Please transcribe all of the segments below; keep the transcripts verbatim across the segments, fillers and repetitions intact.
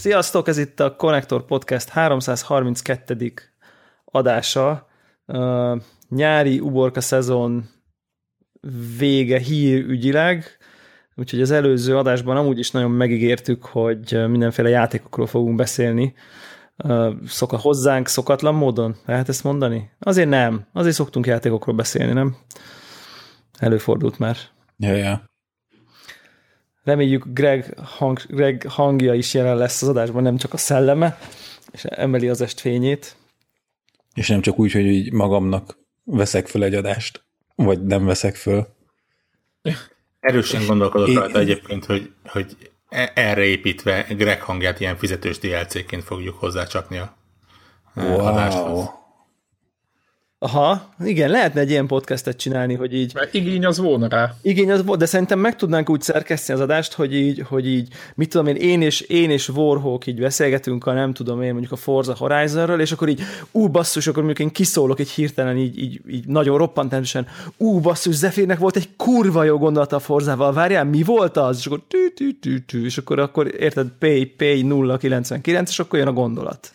Sziasztok, ez itt a Konnektor Podcast háromszázharminckettedik adása. Uh, nyári uborka szezon vége hírügyileg, úgyhogy az előző adásban amúgy is nagyon megígértük, hogy mindenféle játékokról fogunk beszélni. Uh, szoka hozzánk szokatlan módon? Lehet ezt mondani? Azért nem. Azért szoktunk játékokról beszélni, nem? Előfordult már. Ja, ja. Reméljük Greg, hang, Greg hangja is jelen lesz az adásban, nem csak a szelleme, és emeli az est fényét. És nem csak úgy, hogy így magamnak veszek föl egy adást, vagy nem veszek föl. Erősen gondolkodok én... rajta egyébként, hogy, hogy erre építve Greg hangját ilyen fizetős dé el cé-ként fogjuk hozzácsapni a wow. adáshoz. Aha, igen, lehetne egy ilyen podcastet csinálni, hogy így... Mert igény az volna rá. Igény az volt, de szerintem meg tudnánk úgy szerkeszteni az adást, hogy így, hogy így mit tudom én, én és, én és Warhawk így beszélgetünk a nem tudom én, mondjuk a Forza Horizonről, és akkor így, ú, basszus, akkor mondjuk én kiszólok egy hirtelen így, így, így nagyon roppantányosan, ú, basszus, Zephyrnek volt egy kurva jó gondolata a Forzával, várjál, mi volt az? És akkor tű, tű, tű, tű, és akkor, akkor érted, pay, pay nulla kilencvenkilenc, és akkor jön a gondolat.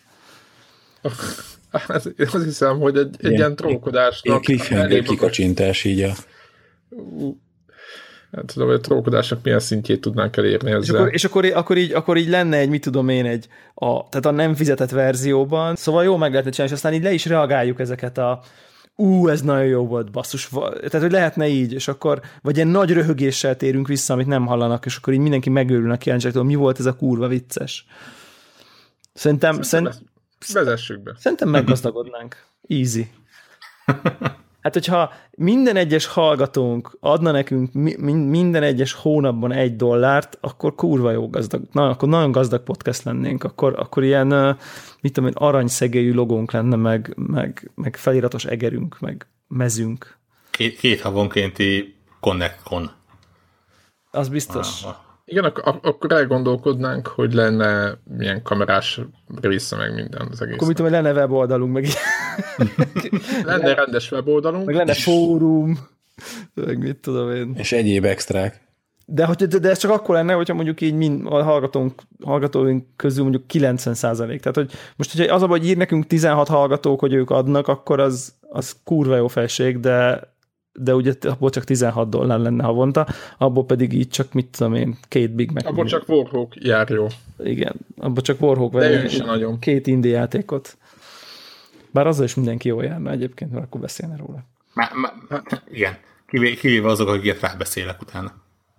Azt hiszem, hogy egy, egy ilyen trókodásnak... Ilyen cliffhanger kikacsintás így a... Nem tudom, hogy a trókodásnak milyen szintjét tudnánk elérni ezzel. És, akkor, és akkor, akkor, így, akkor így lenne egy, mit tudom én, egy a, tehát a nem fizetett verzióban, szóval jó meg lehetne csinálni, és aztán így le is reagáljuk ezeket a ú, ez nagyon jó volt, basszus, tehát hogy lehetne így, és akkor, vagy ilyen nagy röhögéssel térünk vissza, amit nem hallanak, és akkor így mindenki megőrülnek kíváncsiaktól, mi volt ez a kurva vicces. Szerintem, szerintem vezessük be. Szerintem meggazdagodnánk. Easy. Hát, hogyha minden egyes hallgatónk adna nekünk mi, minden egyes hónapban egy dollárt, akkor kurva jó gazdag. Na, akkor nagyon gazdag podcast lennénk. Akkor, akkor ilyen, mit tudom én, aranyszegélyű logónk lenne, meg, meg, meg feliratos egerünk, meg mezünk. Két, két havonkénti Connect-con. Az biztos. Ah, igen, ak- akkor elgondolkodnánk, hogy lenne milyen kamerás része, meg minden az egész. Akkor mit tudom, hogy lenne weboldalunk, meg lenne rendes weboldalunk. Meg lenne fórum, meg mit tudom én. És egyéb extrák. De, hogy, de ez csak akkor lenne, hogyha mondjuk így mind a hallgatónk, hallgatóink közül mondjuk kilencven százalék. Tehát, hogy most, hogyha az abban, hogy ír nekünk tizenhat hallgatók, hogy ők adnak, akkor az, az kurva jó felség, de de ugye abból csak tizenhat dollár lenne havonta, abból pedig így csak, mit tudom én, két Big Mac. Abból csak Warhawk jár jó. Igen, abból csak Warhawk venne két indie játékot. Bár azzal is mindenki jól járna egyébként, mert akkor beszélne róla. Má, má, igen, kivéve azok, akiket rábeszélek utána.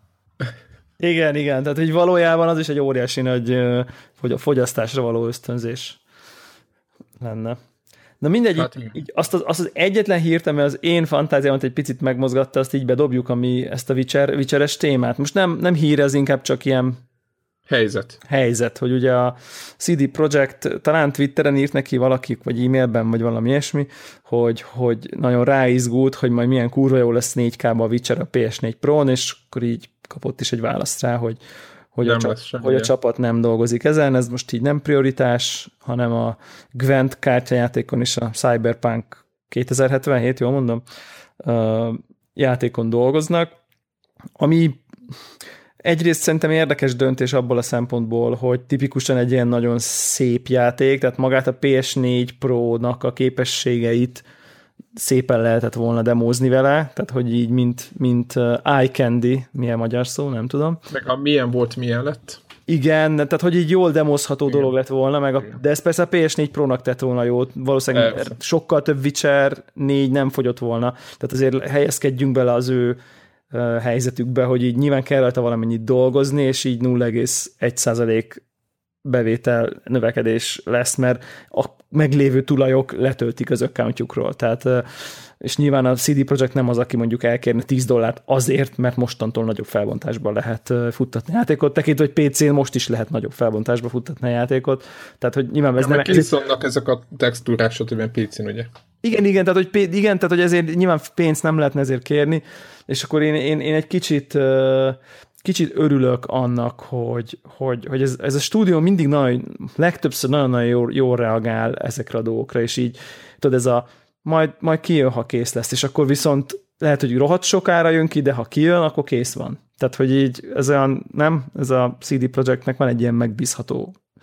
Igen, igen, tehát hogy valójában az is egy óriási nagy, hogy a fogyasztásra való ösztönzés lenne. Na mindegy, hát, így, így azt, az, azt az egyetlen hírt, ami az én fantáziámat egy picit megmozgatta, azt így bedobjuk, ami ezt a Witcher, Witcheres témát. Most nem, nem hír, ez inkább csak ilyen helyzet. Helyzet, hogy ugye a cé dé Projekt talán Twitteren írt neki valaki, vagy e-mailben, vagy valami ilyesmi, hogy, hogy nagyon ráizgult, hogy majd milyen kurva jó lesz négy ká-ba a Witcher a pé es négy Pro-n, és akkor így kapott is egy választ rá, hogy hogy, a, csap, hogy a csapat nem dolgozik ezen, ez most így nem prioritás, hanem a Gwent kártyajátékon és a Cyberpunk kétezer-hetvenhét, jól mondom, játékon dolgoznak, ami egyrészt szerintem érdekes döntés abból a szempontból, hogy tipikusan egy ilyen nagyon szép játék, tehát magát a pé es négy Pro-nak a képességeit szépen lehetett volna demózni vele, tehát hogy így mint, mint eye candy, milyen magyar szó, nem tudom. Meg a milyen volt, milyen lett. Igen, tehát hogy így jól demozható Igen. dolog lett volna, meg a, de ez persze a pé es négy Pro-nak tett volna jót, valószínűleg Persze. sokkal több Witcher négy nem fogyott volna, tehát azért helyezkedjünk bele az ő uh, helyzetükbe, hogy így nyilván kell rajta valamennyit dolgozni, és így nulla egész egy százalék bevétel növekedés lesz, mert a meglévő tulajok letöltik az accountjukról. Tehát, és nyilván a cé dé Projekt nem az, aki mondjuk elkérne tíz dollárt azért, mert mostantól nagyobb felbontásban lehet futtatni játékot. Tekintve, hogy pé cén most is lehet nagyobb felbontásban futtatni a játékot. Tehát, hogy nyilván ez ja, nem... Készülnek ezek a textúrák, stb. pé cén, ugye? Igen, igen, tehát, hogy, igen, tehát, hogy ezért nyilván pénzt nem lehetne ezért kérni, és akkor én, én, én egy kicsit kicsit örülök annak, hogy, hogy, hogy ez, ez a stúdió mindig nagyon, legtöbbször nagyon-nagyon jól, jól reagál ezekre a dolgokra, és így, tudod, ez a majd, majd kijön, ha kész lesz, és akkor viszont lehet, hogy rohadt sokára jön ki, de ha kijön, akkor kész van. Tehát, hogy így ez olyan, nem? Ez a cé dé Projektnek van egy ilyen megbízható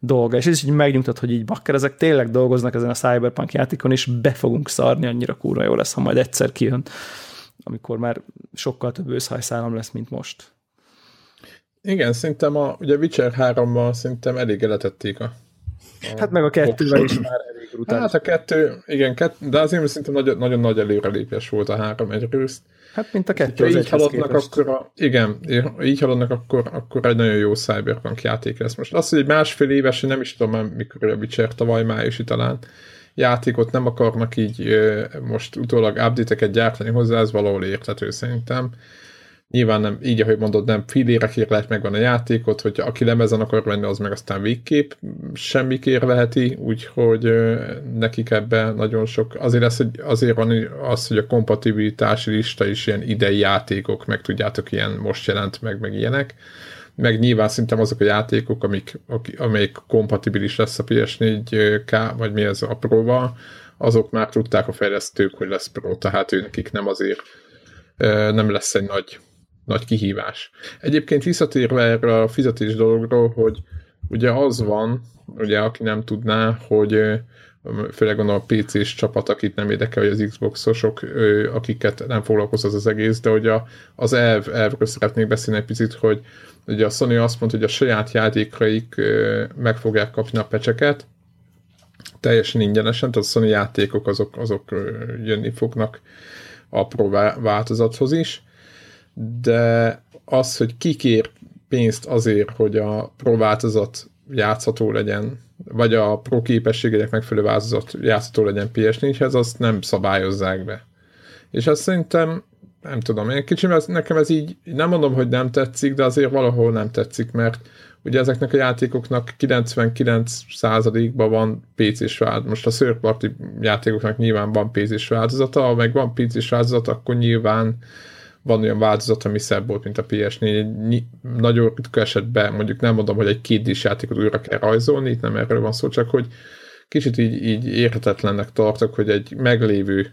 dolga. És ez is így megnyugtat, hogy így bakker, ezek tényleg dolgoznak ezen a Cyberpunk játékon, és be fogunk szarni, annyira kurva jó lesz, ha majd egyszer kijön, amikor már sokkal több őszhajszállam lesz, mint most. Igen, szerintem a ugye Witcher hárommal szerintem elég letették a, a hát meg a kettővel is már elég brutális. Hát a kettő, igen, kett, de azért szerintem nagyon, nagyon nagy előrelépés volt a három egyrészt. Hát mint a kettő az így haladnak, akkor a, igen, így haladnak, akkor, akkor egy nagyon jó Cyberpunk játék lesz. Most az, hogy egy másfél éves, nem is tudom már mikor a Witcher, tavaly májusi talán játékot nem akarnak így most utólag update-eket gyártani hozzá, ez valahol érthető szerintem. Nyilván nem, így ahogy mondod, nem fillérekért lehet megvan a játékot, hogy aki lemezen akar venni, az meg aztán végképp semmikért veheti, úgyhogy nekik ebben nagyon sok, azért, lesz, hogy azért van az, hogy a kompatibilitási lista is ilyen idei játékok, meg tudjátok, ilyen most jelent meg, meg ilyenek, meg nyilván szerintem azok a játékok, amik, amelyik kompatibilis lesz a pé es négy ká, vagy mi ez a Pro-val, azok már tudták a fejlesztők, hogy lesz Pro, tehát ő nekik nem azért nem lesz egy nagy nagy kihívás. Egyébként visszatérve erre a fizetés dologról, hogy ugye az van, ugye aki nem tudná, hogy főleg gondolom a pé cés csapat, akit nem érdekel, hogy az Xboxosok, akiket nem foglalkoz az az egész, de hogy a, az elv, elvről szeretnék beszélni egy picit, hogy ugye a Sony azt mondta, hogy a saját játékaik meg fogják kapni a pecseket, teljesen ingyenesen, tehát a Sony játékok azok, azok jönni fognak a Pro változathoz is, de az, hogy ki kér pénzt azért, hogy a Pro változat játszható legyen, vagy a Pro képességének megfelelő változat játszható legyen pé es négyhez, azt nem szabályozzák be. És azt szerintem, nem tudom, én kicsim, ez, nekem ez így, nem mondom, hogy nem tetszik, de azért valahol nem tetszik, mert ugye ezeknek a játékoknak kilencvenkilenc százalékban van pé cés változat. Most a third party játékoknak nyilván van pé cés változata, ha meg van pé cés változat, akkor nyilván van olyan változat, ami szebb volt, mint a pé es négy. Nagyon ritka esetben, mondjuk nem mondom, hogy egy kétdés játékot újra kell rajzolni, itt nem erről van szó, csak hogy kicsit így, így érhetetlennek tartok, hogy egy meglévő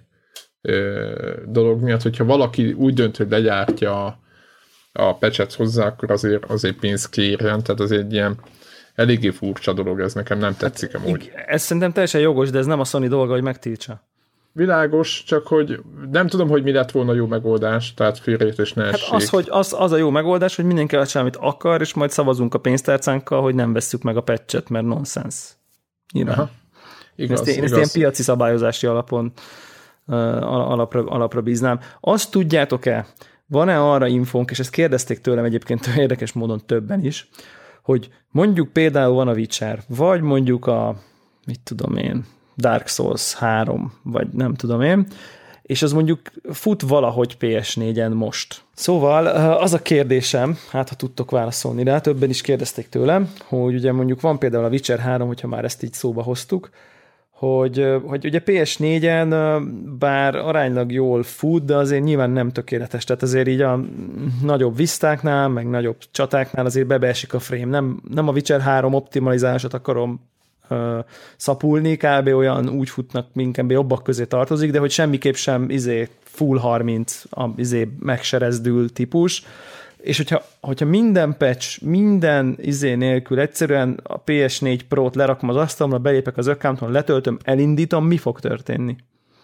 ö, dolog miatt, hogyha valaki úgy dönt, hogy legyártja a, a patchet hozzá, akkor azért, azért pénzt kérjen, tehát azért egy ilyen eléggé furcsa dolog, ez nekem nem tetszik hát, amúgy. Ez szerintem teljesen jogos, de ez nem a Sony dolga, hogy megtiltsa. Világos, csak hogy nem tudom, hogy mi lett volna jó megoldás, tehát félreértés ne essék. Hát az, hogy az, az a jó megoldás, hogy mindenki azt csinál, amit akar, és majd szavazunk a pénztárcánkkal, hogy nem vesszük meg a patchet, mert nonsens. Nyilván. Igaz, én ezt, én ezt ilyen piaci szabályozási alapon uh, alapra, alapra bíznám. Azt tudjátok-e, van-e arra infónk, és ezt kérdezték tőlem egyébként érdekes módon többen is, hogy mondjuk például van a Witcher, vagy mondjuk a, mit tudom én, Dark Souls három, vagy nem tudom én, és az mondjuk fut valahogy pé es négyen most. Szóval az a kérdésem, hát ha tudtok válaszolni rá, többen is kérdezték tőlem, hogy ugye mondjuk van például a Witcher három, hogyha már ezt így szóba hoztuk, hogy, hogy ugye pé es négyen bár aránylag jól fut, de azért nyilván nem tökéletes, tehát azért így a nagyobb visztáknál, meg nagyobb csatáknál azért bebeesik a frame. Nem, nem a Witcher három optimalizálását akarom szapulni, kb. Olyan úgy futnak, minket jobbak közé tartozik, de hogy semmiképp sem izé full harminc a izé megserezdül típus, és hogyha, hogyha minden patch, minden izé nélkül egyszerűen a pé es négy Pro-t lerakom az asztalomra, belépek az accounton, letöltöm, elindítom, mi fog történni?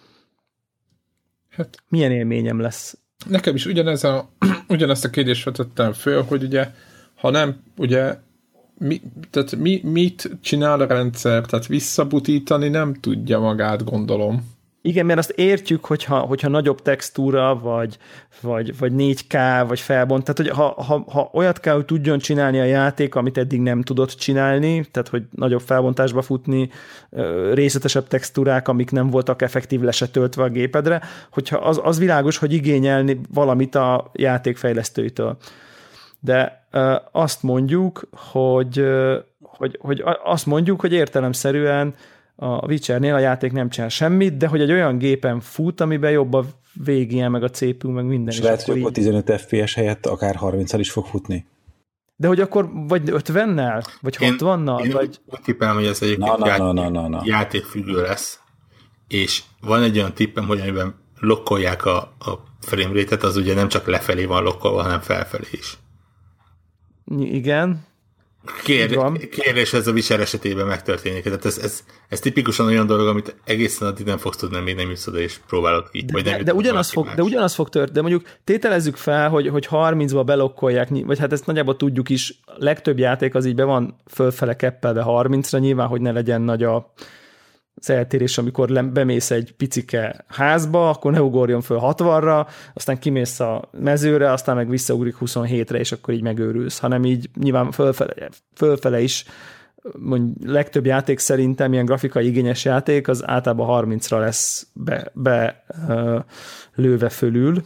Hát, milyen élményem lesz? Nekem is ugyanez a, ugyanezt a kérdést vetettem föl, hogy ugye, ha nem, ugye Mi, tehát mi, mit csinál a rendszer? Tehát visszabutítani nem tudja magát, gondolom. Igen, mert azt értjük, hogyha, hogyha nagyobb textúra, vagy, vagy, vagy négy ká, vagy felbont, tehát hogy ha, ha, ha olyat kell, hogy tudjon csinálni a játék, amit eddig nem tudott csinálni, tehát hogy nagyobb felbontásba futni, részletesebb textúrák, amik nem voltak effektív le se töltve a gépedre, hogyha az, az világos, hogy igényelni valamit a játékfejlesztőitől. De uh, azt mondjuk, hogy, uh, hogy, hogy azt mondjuk, hogy értelemszerűen a Witchernél a játék nem csinál semmit, de hogy egy olyan gépen fut, amiben jobb a végén, meg a cé pé u, meg minden. És lehet, hogy akkor tizenöt ef pé es helyett akár harminccal is fog futni. De hogy akkor vagy ötvennel, vagy hatvannal, én vagy... úgy tippelem, hogy ez egyébként na, játék, na, na, na, na. játékfüggő lesz, és van egy olyan tippem, hogy amiben lokkolják a, a frame rate-et, az ugye nem csak lefelé van lokkolva, hanem felfelé is. Igen. Kér, kérdés, ez a Witcher esetében megtörténik. Tehát ez, ez, ez tipikusan olyan dolog, amit egészen addig nem fogsz tudni, még nem jutsz oda, és próbálod ki. De, vagy nem de, de, ugyanaz fog, de ugyanaz fog történni. De mondjuk tételezzük fel, hogy, hogy harmincba belokkolják, vagy hát ezt nagyjából tudjuk is, legtöbb játék az így be van fölfele keppelve harmincra, nyilván, hogy ne legyen nagy a az eltérés, amikor bemész egy picike házba, akkor ne ugorjon föl hatvanra, aztán kimész a mezőre, aztán meg visszaugrik huszonhétre, és akkor így megőrülsz, hanem így nyilván fölfele, fölfele is, mondjuk legtöbb játék szerintem, ilyen grafikai igényes játék, az általában harmincra lesz be, be uh, lőve fölül.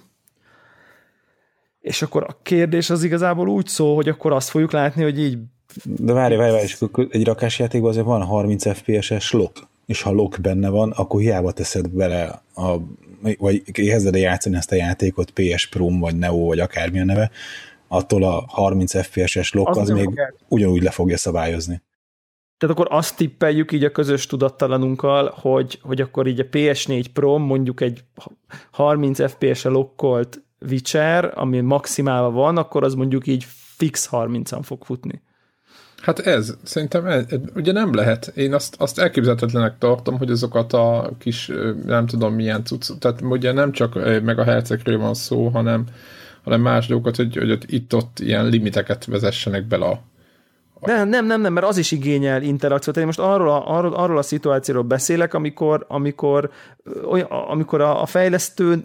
És akkor a kérdés az igazából úgy szól, hogy akkor azt fogjuk látni, hogy így... De várj, várj, várj, és egy rakásjátékban azért van harminc ef pé es-es lock, és ha lock benne van, akkor hiába teszed bele, a, vagy kezded játszani ezt a játékot pé es Pro vagy Neo, vagy akármilyen neve, attól a harminc ef pé es-es lock az, az még fogják. Ugyanúgy le fogja szabályozni. Tehát akkor azt tippeljük így a közös tudattalanunkkal, hogy, hogy akkor így a pé es négy Pro mondjuk egy harminc ef pé es-e lokkolt Witcher, ami maximálva van, akkor az mondjuk így fix harmincan fog futni. Hát ez, szerintem ez, ugye nem lehet. Én azt, azt elképzelhetetlenek tartom, hogy azokat a kis, nem tudom milyen cucc, tehát ugye nem csak meg a hercegről van szó, hanem, hanem más dolgokat, hogy, hogy itt-ott ilyen limiteket vezessenek bele a Nem, nem, nem, nem, mert az is igényel interakciót. Én most arról a, arról, arról a szituációról beszélek, amikor, amikor, olyan, amikor a, a fejlesztő,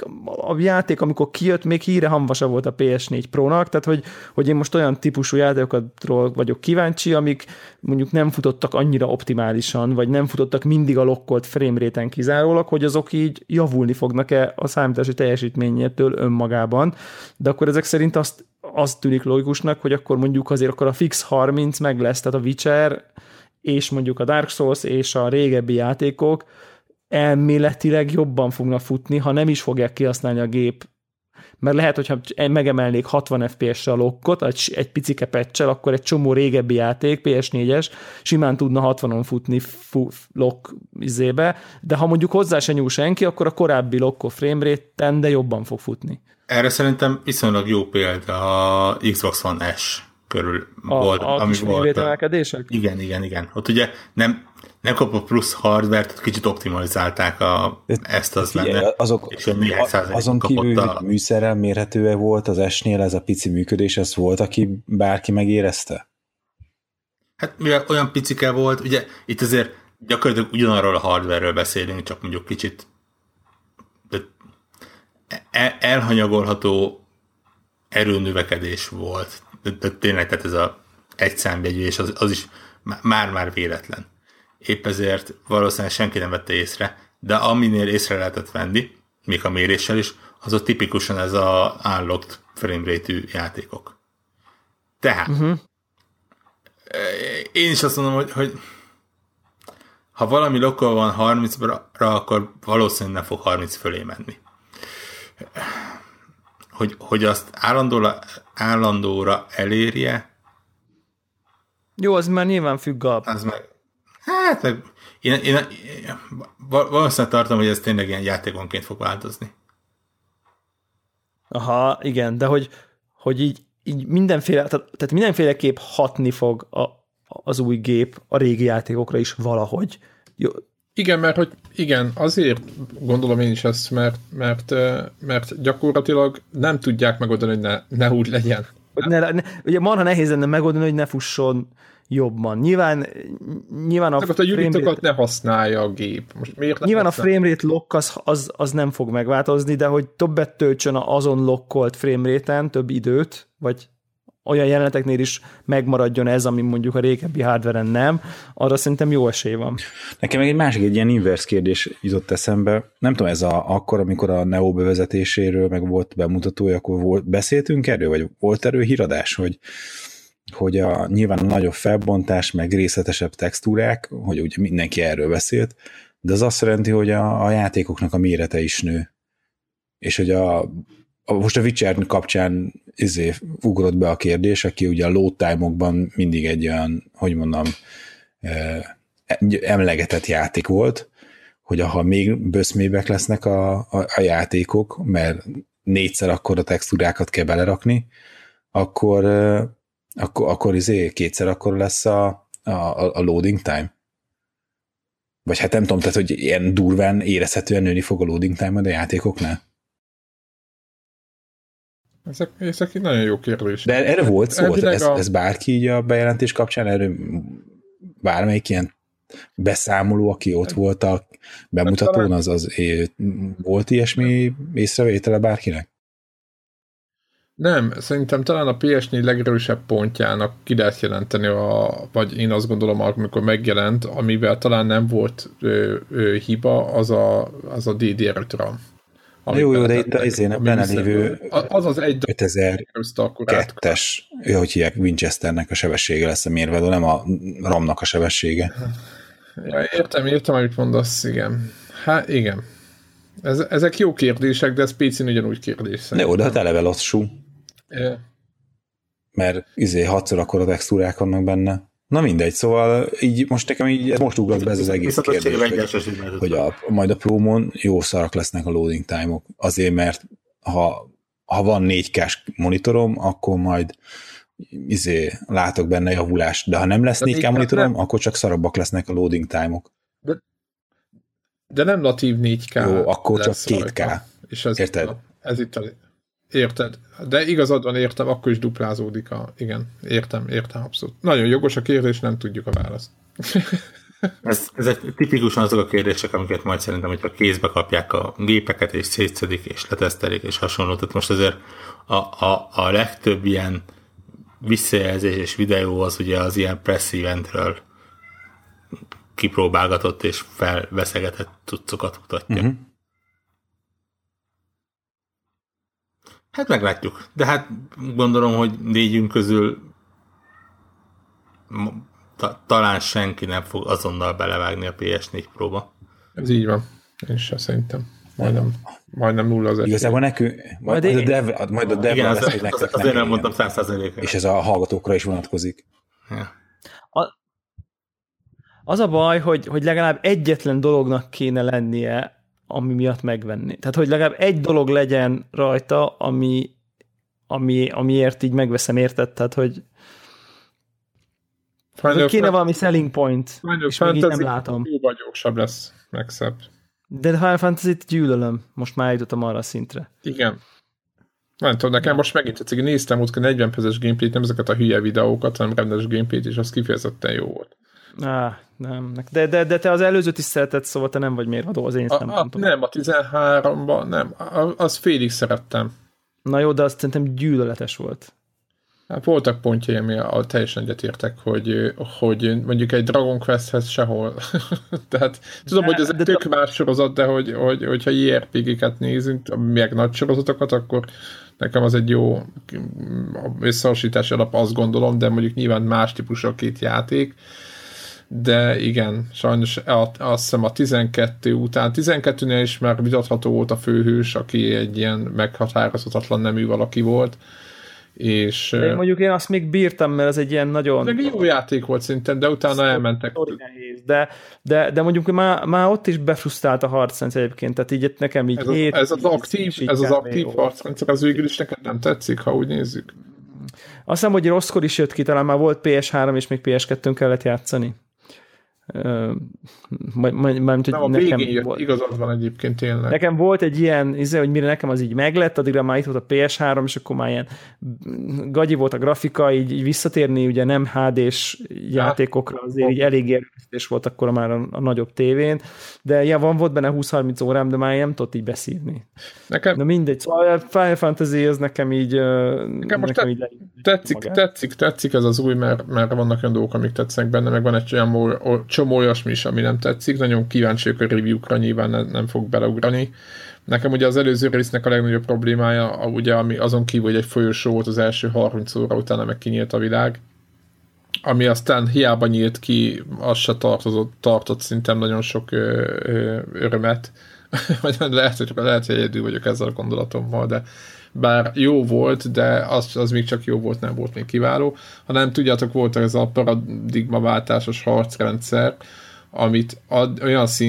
a játék, amikor kijött, még híre hamvasa volt a pé es négy Pro-nak, tehát hogy, hogy én most olyan típusú játékokról vagyok kíváncsi, amik mondjuk nem futottak annyira optimálisan, vagy nem futottak mindig a lokkolt framerate-en kizárólag, hogy azok így javulni fognak-e a számítási teljesítményétől önmagában, de akkor ezek szerint azt az tűnik logikusnak, hogy akkor mondjuk azért akkor a fix harminc meg lesz, tehát a Witcher és mondjuk a Dark Souls és a régebbi játékok elméletileg jobban fognak futni, ha nem is fogják kihasználni a gép. Mert lehet, hogyha megemelnék hatvan ef pé es-re a lokkot, egy, egy picike patch-el, akkor egy csomó régebbi játék, pé es négyes, simán tudna hatvanon futni fu, lokk izébe, de ha mondjuk hozzá se nyúl senki, akkor a korábbi lokkó framerate-en, de jobban fog futni. Erre szerintem viszonylag jó példa a Xbox One S körül a, volt. A ami kis művétemelkedések? Igen, igen, igen. Ott ugye nem, nem kapott plusz hardware-t, kicsit optimalizálták a, ezt az benne. Azok, és néhány százalékot azon kívül a... műszerrel mérhető volt az S-nél ez a pici működés, ez volt, aki bárki megérezte? Hát mivel olyan picike volt, ugye itt azért gyakorlatilag ugyanarról a hardware-ről beszélünk, csak mondjuk kicsit elhanyagolható erőnövekedés volt. De, de tényleg, tehát ez a egy számjegyűs, az, az is már-már véletlen. Épp ezért valószínűleg senki nem vette észre, de aminél észre lehetett venni, még a méréssel is, az ott tipikusan ez a unlocked frame rate-ű játékok. Tehát uh-huh. én is azt mondom, hogy, hogy ha valami lokkal van harmincra, akkor valószínűleg nem fog harminc fölé menni. Hogy, hogy azt állandóra, állandóra elérje. Jó, az már nyilván függ a... Az meg, hát, meg, én, én, én valószínűleg tartom, hogy ez tényleg ilyen játékonként fog változni. Aha, igen, de hogy, hogy így, így mindenféle, tehát, tehát mindenféleképp hatni fog a, az új gép a régi játékokra is valahogy. Jó. Igen, mert hogy igen, azért gondolom én is ezt, mert, mert, mert gyakorlatilag nem tudják megoldani, hogy ne, ne úgy legyen. Ne, ne, ugye marha nehéz lenne megoldani, hogy ne fusson jobban. Nyilván, nyilván a, a unitokat ne használja a gép. Most miért nyilván a framerate lock az, az, az nem fog megváltozni, de hogy többet töltsön azon lokkolt framerate-en, több időt, vagy olyan jeleneteknél is megmaradjon ez, ami mondjuk a régebbi hardware-en nem, arra szerintem jó esély van. Nekem meg egy másik, egy ilyen inverse kérdés jutott eszembe. Nem tudom, ez a, akkor, amikor a Neo bevezetéséről meg volt bemutatója, akkor volt, beszéltünk erről, vagy volt erről híradás, hogy, hogy a, nyilván a nagyobb felbontás, meg részletesebb textúrák, hogy ugye mindenki erről beszélt, de az azt jelenti, hogy a, a játékoknak a mérete is nő. És hogy a, a most a Witcher kapcsán izé ugrott be a kérdés, aki ugye a load time-okban mindig egy olyan, hogy mondom, emlegetett játék volt, hogy ha még böszmébbek lesznek a, a, a játékok, mert négyszer akkor a textúrákat kell belerakni, akkor, Akkor, akkor izé kétszer akkor lesz a, a, a loading time? Vagy hát nem tudom, tehát, hogy ilyen durván érezhetően nőni fog a loading time a játékoknál? Ezek, ezek nagyon jó kérdés. De erre volt szó, ez, a... ez bárki így a bejelentés kapcsán, erről bármelyik ilyen beszámoló, aki ott volt a bemutatón, az, az volt ilyesmi észrevétele bárkinek? Nem, szerintem talán a pé es négy legerősebb pontjának ki lehet jelenteni, a, vagy én azt gondolom, amikor megjelent, amivel talán nem volt ö, ö, hiba, az a, az a dé dé er öt RAM. Jó, jó, de itt az én benne lévő az az egy ötezer-kettes, ő, hogy hívják, Winchesternek a sebessége lesz a mérvadó, nem a RAM-nak a sebessége. Ja, értem, értem, amit mondasz, igen. Hát igen. Ez, ezek jó kérdések, de ez pé cén ugyanúgy kérdés. De jó, de hát eleve lassú. Yeah. Mert izé hatszor akkora textúrák vannak benne. Na mindegy, szóval így most nekem így, most ugrott be ez az egész kérdés, hogy, hogy a, majd a promon jó szarak lesznek a loading time-ok. Azért, mert ha, ha van négy kás monitorom, akkor majd izé látok benne javulást, de ha nem lesz négy ká monitorom, nem. Akkor csak szarabbak lesznek a loading time-ok. De, de nem natív négy ká. Jó, akkor csak két ká. És ez érted? A, ez itt a, érted? De igazad van, értem, akkor is duplázódik a... Igen, értem, értem, abszolút. Nagyon jogos a kérdés, nem tudjuk a választ. ez, ezek tipikusan azok a kérdések, amiket majd szerintem, hogyha kézbe kapják a gépeket, és szétszedik, és letesztelik, és hasonló. Tehát most azért a, a, a legtöbb ilyen visszajelzés és videó az ugye az ilyen press eventről kipróbálgatott és felveszegetett cuccokat mutatja. Uh-huh. Hát meglátjuk. De hát gondolom, hogy négyünk közül ta- talán senki nem fog azonnal belevágni a pé es négy Pro-ba. Ez így van. Én sem szerintem. Majdnem, majdnem nulla az esély. Igazából nekünk, majd, majd, a dev, majd a dev igen, lesz, az, hogy az, az, azért nem mondtam száz százalékra. És ez a hallgatókra is vonatkozik. Ja. A, az a baj, hogy, hogy legalább egyetlen dolognak kéne lennie, ami miatt megvenni. Tehát, hogy legalább egy dolog legyen rajta, ami, ami, amiért így megveszem, érted? Tehát, hogy, hogy kéne valami selling point, Final és még így nem látom. Jó vagy jósabb lesz, meg szebb. De Final Fantasy-t gyűlölöm. Most már jutottam arra a szintre. Igen. Nem tudom, nekem most megint tetszik, néztem úgy negyven perces gameplayt, nem ezeket a hülye videókat, hanem rendes gameplayt, és az kifejezetten jó volt. Á, nem. De, de, de te az előzőt is szereted, szóval te nem vagy mérvadó, az én a, a, nem, a tizenháromban nem, a, az félig szerettem. Na jó, de azt szerintem gyűlöletes volt. Hát voltak pontjai, ami a, teljesen egyetértek, hogy, hogy mondjuk egy Dragon Questhez sehol. Tehát tudom, de, hogy ez egy tök más sorozat, de hogy, hogy, hogyha jé er pé gé-ket nézünk, meg nagy sorozatokat, akkor nekem az egy jó összehasonlítási alap, azt gondolom, de mondjuk nyilván más típusú a két játék. De igen, sajnos azt hiszem a tizenkettő után, tizenkettőnél is már vitatható volt a főhős, aki egy ilyen meghatározhatatlan nemű valaki volt. És, de mondjuk én azt még bírtam, mert ez egy ilyen nagyon... De jó játék volt szintén, de utána elmentek. De, de, de mondjuk már, már ott is befrusztált a harcrendszer egyébként, tehát így nekem így... Ez, hét, az, ez az aktív, ez az aktív harcrendszer, az végül is neked nem tetszik, ha úgy nézzük. Azt hiszem, hogy rosszkor is jött ki, talán már volt pé es három, és még pé es kettőn kellett játszani. Uh, majd, majd, majd, nem, a nekem végén jött, igazad van egyébként tényleg. Nekem volt egy ilyen, izé, hogy mire nekem az így meglett, addigra már itt volt a pé es három, és akkor már ilyen gagyi volt a grafika, így, így visszatérni ugye nem há dés játékokra, azért így elég érkeztés volt akkor már a, a nagyobb tévén, de ja, van, volt benne húsz-harminc órám, de már nem tudott így beszívni. Nekem... Na mindegy, szóval a Final Fantasy ez nekem így nekem, nekem most te, így tetszik, tetszik, tetszik ez az új, mert, mert vannak olyan dolgok, amik tetszenek benne, meg van egy olyan csomó olyasmi is, ami nem tetszik. Nagyon kíváncsiak a review-kra, nyilván nem, nem fog beleugrani. Nekem ugye az előző résznek a legnagyobb problémája, ugye, ami azon kívül, hogy egy folyosó volt az első harminc óra, utána meg kinyílt a világ. Ami aztán hiába nyílt ki, az se tartozott, tartott szintem nagyon sok ö, ö, örömet. lehet, hogy, lehet, hogy egyedül vagyok ezzel a gondolatommal, de bár jó volt, de az, az még csak jó volt, nem volt még kiváló. Hanem tudjátok, volt ez a paradigmaváltásos harcrendszer, amit ad, olyan szint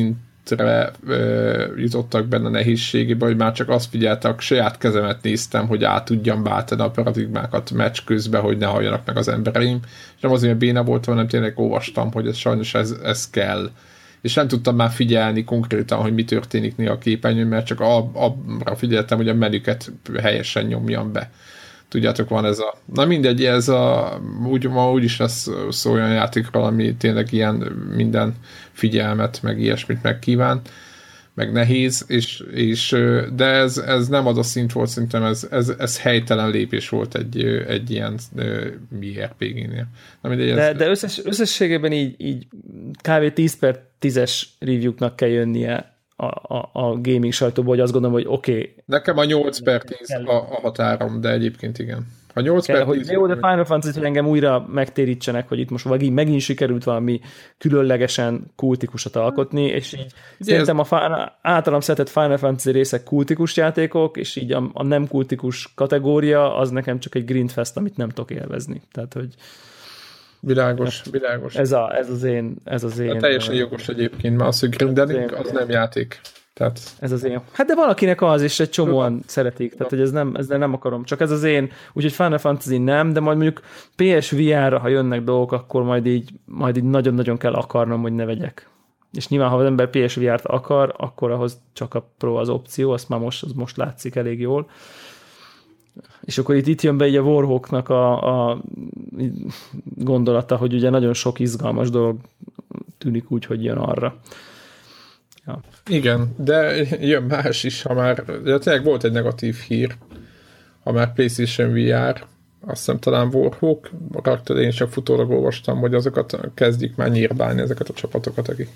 szintre ö, jutottak benne a nehézségébe, hogy már csak azt figyeltek, saját kezemet néztem, hogy át tudjam váltani a paradigmákat meccs közben, hogy ne halljanak meg az embereim. És nem azért, hogy béna voltam, hanem tényleg olvastam, hogy ez sajnos ez, ez kell. És nem tudtam már figyelni konkrétan, hogy mi történik néha a képernyőn, mert csak arra figyeltem, hogy a menüket helyesen nyomjam be. Tudjátok, van ez a... Na mindegy, ez a... Úgy, ma úgyis lesz szó olyan játékról, ami tényleg ilyen minden figyelmet, meg ilyesmit megkíván, meg nehéz, és, és de ez, ez nem az a szint volt, szerintem ez, ez, ez helytelen lépés volt egy, egy ilyen mi er pé gé-nél. Na mindegy, ez... De, de összes, összességében így, így kb. tíz per tízes review-knak kell jönnie A, a, a gaming sajtóból, hogy azt gondolom, hogy oké. Okay, nekem a nyolc per tíz a, a határom, de egyébként igen. A nyolc per tíz... Jó, de Final Fantasy, hogy engem újra megtérítsenek, hogy itt most megint, megint sikerült valami különlegesen kultikusat alkotni, és így ugye szerintem ez... a általam szeretett Final Fantasy részek kultikus játékok, és így a, a nem kultikus kategória, az nekem csak egy grindfest, amit nem tudok élvezni. Tehát, hogy Világos, világos. Ez, a, ez az én... Ez az én a teljesen jogos egyébként, mert az, hogy grindelünk, az nem játék. Tehát... Ez az én. Hát de valakinek az, és egy csomóan szeretik, tehát hogy ez nem, ez nem akarom, csak ez az én, úgyhogy Final Fantasy nem, de majd mondjuk pé es vé er-ra, ha jönnek dolgok, akkor majd így, majd így nagyon-nagyon kell akarnom, hogy ne vegyek. És nyilván, ha az ember pé es vé er-t akar, akkor ahhoz csak a Pro az opció, azt már most, az most látszik elég jól. És akkor itt, itt jön be így a Warhawknak a, a gondolata, hogy ugye nagyon sok izgalmas dolog tűnik úgy, hogy jön arra. Ja. Igen, de jön más is, ha már, de tényleg volt egy negatív hír, ha már PlayStation vé er, azt hiszem talán Warhawk, raktad, én csak futólag olvastam, hogy azokat kezdjük már nyírbálni, ezeket a csapatokat, akik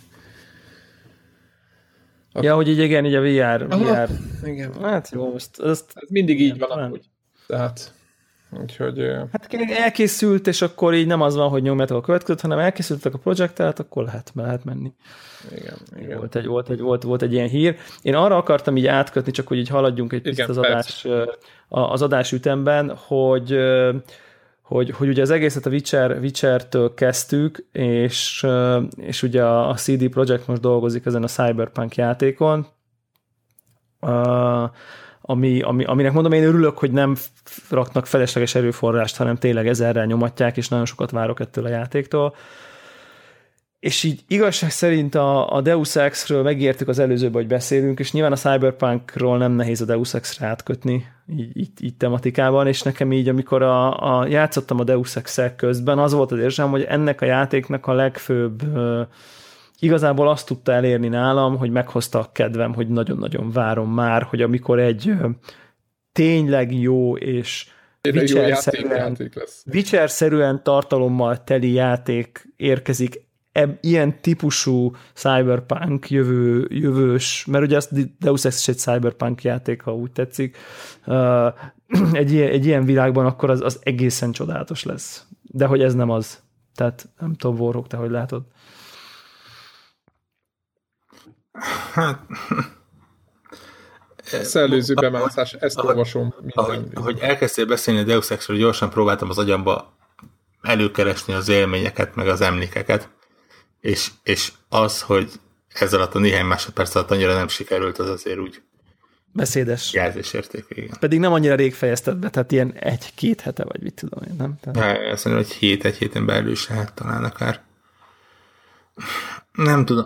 A... Ja, hogy így igen, így a vé er. Aha, vé er. Igen. Hát jó, most ezt... Ez mindig így van amúgy. Tehát, úgyhogy... Hát elkészült, és akkor így nem az van, hogy nyomjátok a következőt, hanem elkészültek a projektet, akkor lehet, lehet menni. Igen, igen. Volt egy, volt, egy, volt, volt egy ilyen hír. Én arra akartam így átkötni, csak hogy így haladjunk egy picit az adás, az adás ütemben, hogy... Hogy, hogy ugye az egészet a Witcher, Witcher-től kezdtük, és, és ugye a cé dé Projekt most dolgozik ezen a Cyberpunk játékon, ami, ami, aminek mondom, én örülök, hogy nem raknak felesleges erőforrást, hanem tényleg ezerrel nyomatják, és nagyon sokat várok ettől a játéktól. És így igazság szerint a, a Deus Ex-ről megértük az előzőben, hogy beszélünk, és nyilván a Cyberpunkról nem nehéz a Deus Ex-re átkötni így, így, így tematikában, és nekem így, amikor a, a, játszottam a Deus Ex-el közben, az volt az érzem, hogy ennek a játéknak a legfőbb uh, igazából azt tudta elérni nálam, hogy meghozta a kedvem, hogy nagyon-nagyon várom már, hogy amikor egy uh, tényleg jó és Witcher-szerűen, Witcher-szerűen tartalommal teli játék érkezik ilyen típusú cyberpunk jövő, jövős, mert ugye az Deus Ex is egy cyberpunk játék, ha úgy tetszik, egy ilyen, egy ilyen világban akkor az, az egészen csodálatos lesz. De hogy ez nem az. Tehát nem tudom, Warhawk, te hogy látod? Hát... Szellőző bemászás, ezt ahogy, olvasom. Ahogy, ahogy elkezdtél beszélni a Deus Exről, gyorsan próbáltam az agyamba előkeresni az élményeket, meg az emlékeket, és, és az, hogy ez alatt a néhány másodperc alatt annyira nem sikerült, az azért úgy beszédes. Jelzésértékű, igen. Pedig nem annyira rég fejezted be, tehát ilyen egy-két hete, vagy mit tudom én, nem? Tehát... Ja, azt mondom, hogy hét, egy héten belül is lehet talán akár. Nem tudom.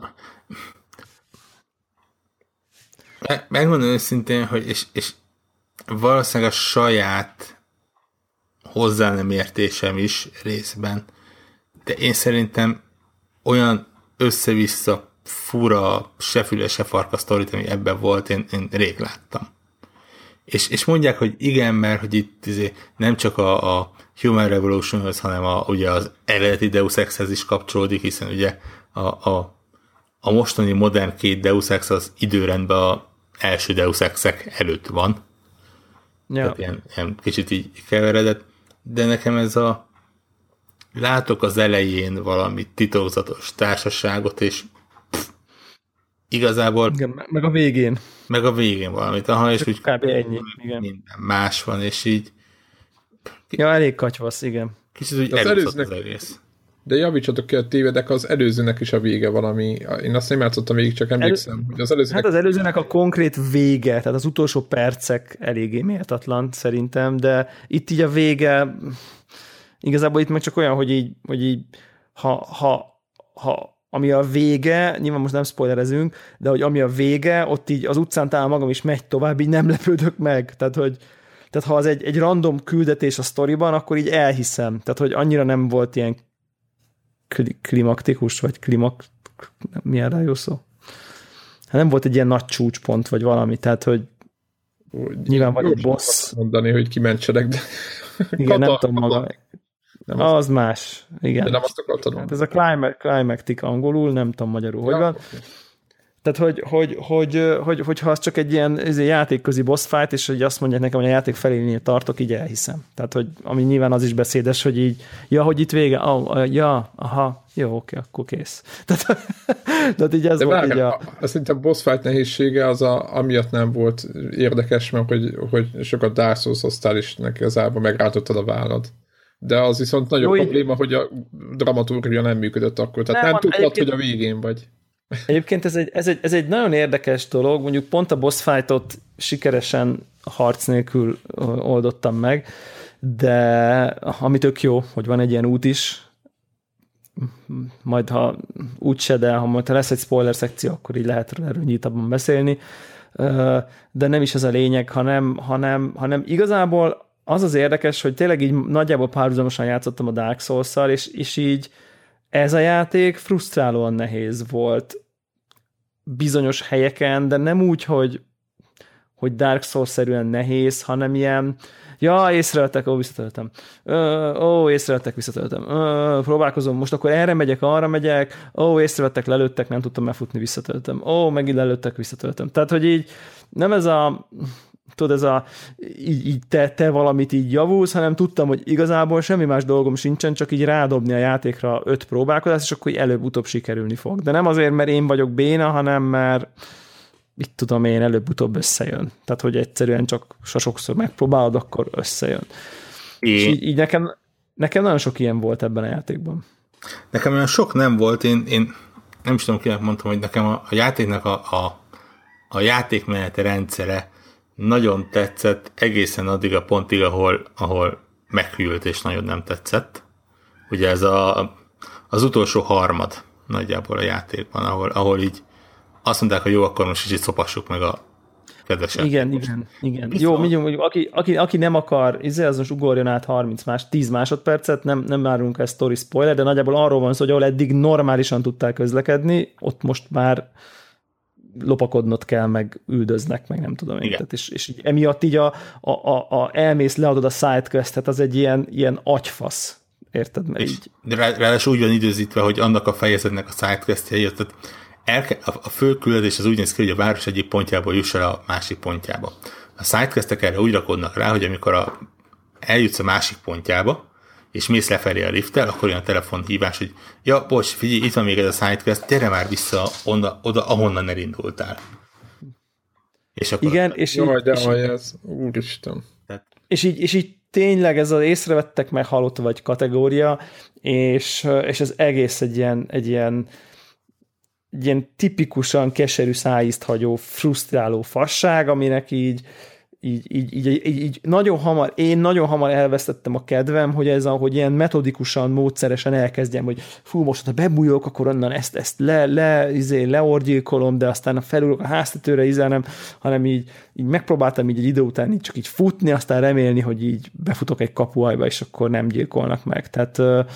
Megmondom őszintén, hogy és, és valószínűleg a saját hozzá nem értésem is részben, de én szerintem olyan össze-vissza fura, se füle, se farka sztorit, ami ebben volt, én, én rég láttam. És, és mondják, hogy igen, mert hogy itt izé, nem csak a, a Human Revolutionhoz, hanem a, ugye az eredeti Deus Exhez is kapcsolódik, hiszen ugye a, a, a mostani modern két Deus Ex az időrendben a első Deus Exek előtt van. Ja. Tehát ilyen, ilyen kicsit így keveredett. De nekem ez a látok az elején valami titokzatos társaságot, és pff, igazából... Igen, meg a végén. Meg a végén valamit. Aha, és úgy kb. Ennyi. Igen. Minden más van, és így... Ja, elég katyvasz, igen. Kicsit úgy elúszott az egész. De javítsatok ki, a tévedek, az előzőnek is a vége valami. Én azt nem játszottam végig, csak emlékszem, Elő... hogy az előzőnek... Hát az előzőnek a konkrét vége, tehát az utolsó percek eléggé méltatlan szerintem, de itt így a vége, igazából itt meg csak olyan, hogy így, hogy így ha, ha, ha ami a vége, nyilván most nem spoilerezünk, de hogy ami a vége, ott így az utcán talán magam is megy tovább, így nem lepődök meg. Tehát, hogy tehát ha az egy, egy random küldetés a sztoriban, akkor így elhiszem. Tehát, hogy annyira nem volt ilyen klimaktikus, vagy klimak... Milyen rá jó szó? Hát nem volt egy ilyen nagy csúcspont, vagy valami, tehát, hogy úgy, nyilván vagy egy boss. Mondani, hogy kimentsenek, de... Igen, kata, nem tudom maga. Nem az, az más. Igen. De nem azt akartad hát ez a climactic angolul, nem tudom magyarul, ja, hogy van. Okay. Tehát, hogy, hogy, hogy, hogy, hogyha az csak egy ilyen játékközi boss fight, és hogy azt mondják nekem, hogy a játék felénél tartok, így elhiszem. Tehát, hogy ami nyilván az is beszédes, hogy így, ja, hogy itt vége, oh, ja, aha, jó, oké, akkor kész. Tehát, tehát így ez de volt várjál, így a... Azt szerintem a boss fight nehézsége az a, amiatt nem volt érdekes, mert hogy, hogy sokat Dark Souls-hoztál is neki az állba, megrátottad a vállad. De az viszont nagyobb jó, probléma, hogy a dramaturgia nem működött akkor. Tehát nem, nem tudtad, egyébként... hogy a végén vagy. Egyébként ez egy, ez, egy, ez egy nagyon érdekes dolog, mondjuk pont a boss fightot sikeresen harc nélkül oldottam meg, de ami tök jó, hogy van egy ilyen út is, majd ha úgyse, de ha majd lesz egy spoiler szekció, akkor így lehet erről nyítabban beszélni, de nem is ez a lényeg, hanem, hanem, hanem igazából az az érdekes, hogy tényleg így nagyjából párhuzamosan játszottam a Dark Souls-szal, és, és így ez a játék frusztrálóan nehéz volt bizonyos helyeken, de nem úgy, hogy, hogy Dark Souls-szerűen nehéz, hanem ilyen, ja, észrevettek, ó, visszatöltem. Ö, ó, észrevettek, visszatöltem. Ö, próbálkozom, most akkor erre megyek, arra megyek, ó, észrevettek, lelőttek, nem tudtam megfutni, visszatöltem. Ó, megint lelőttek, visszatöltem. Tehát, hogy így nem ez a tudod, ez a így, így te, te valamit így javulsz, hanem tudtam, hogy igazából semmi más dolgom sincsen, csak így rádobni a játékra öt próbálkozást, és akkor előbb-utóbb sikerülni fog. De nem azért, mert én vagyok béna, hanem mert mit tudom én, előbb-utóbb összejön. Tehát, hogy egyszerűen csak sokszor megpróbálod, akkor összejön. É. És így, így nekem, nekem nagyon sok ilyen volt ebben a játékban. Nekem olyan sok nem volt, én, én nem is tudom, kinek mondtam, hogy nekem a, a játéknak a, a, a játékmenete rendszere nagyon tetszett egészen addig a pontig, ahol, ahol meghűlt és nagyon nem tetszett. Ugye ez a, az utolsó harmad nagyjából a játékban, ahol, ahol így azt mondták, hogy jó, akkor most is így szopassuk meg a kedveset. Igen, most igen, igen. Jó, mondjuk, aki, aki, aki nem akar, izé, az most ugorjon át harminc más, tíz másodpercet, nem, nem árulunk el story spoiler, de nagyjából arról van szó, hogy ahol eddig normálisan tudtál közlekedni, ott most már lopakodnod kell, meg üldöznek, meg nem tudom én. Tehát és, és így, emiatt így a, a, a, a elmész, leadod a sidequestet, az egy ilyen, ilyen agyfasz. Érted? Mert így... Ráadásul úgy van időzítve, hogy annak a fejezetnek a sidequestje, tehát a fő küldés az úgy néz ki, hogy a város egyik pontjából juss el a másik pontjába. A sidequestek erre úgy rakodnak rá, hogy amikor a, eljutsz a másik pontjába, és mész lefelé a lifttel, akkor jön a telefonhívás, hogy ja, bocs, figyelj, itt van még ez a sidequest, gyere már vissza onna, oda, ahonnan elindultál. És akkor igen, és jaj, így, de és, ez, úristen. Tehát, és, így, és így tényleg ez az észrevettek, meg halott vagy kategória, és, és ez egész egy ilyen, egy ilyen egy ilyen tipikusan keserű szájízt hagyó, frusztráló fasság, aminek így Így, így, így, így, így nagyon hamar, én nagyon hamar elvesztettem a kedvem, hogy ez a, hogy ilyen metodikusan, módszeresen elkezdjem, hogy fú, most ha bebújok, akkor onnan ezt, ezt le, le, izé, leorgyilkolom, de aztán felülök a háztetőre, izé, nem, hanem így, így megpróbáltam így egy idő után így csak így futni, aztán remélni, hogy így befutok egy kapuajba, és akkor nem gyilkolnak meg. Tehát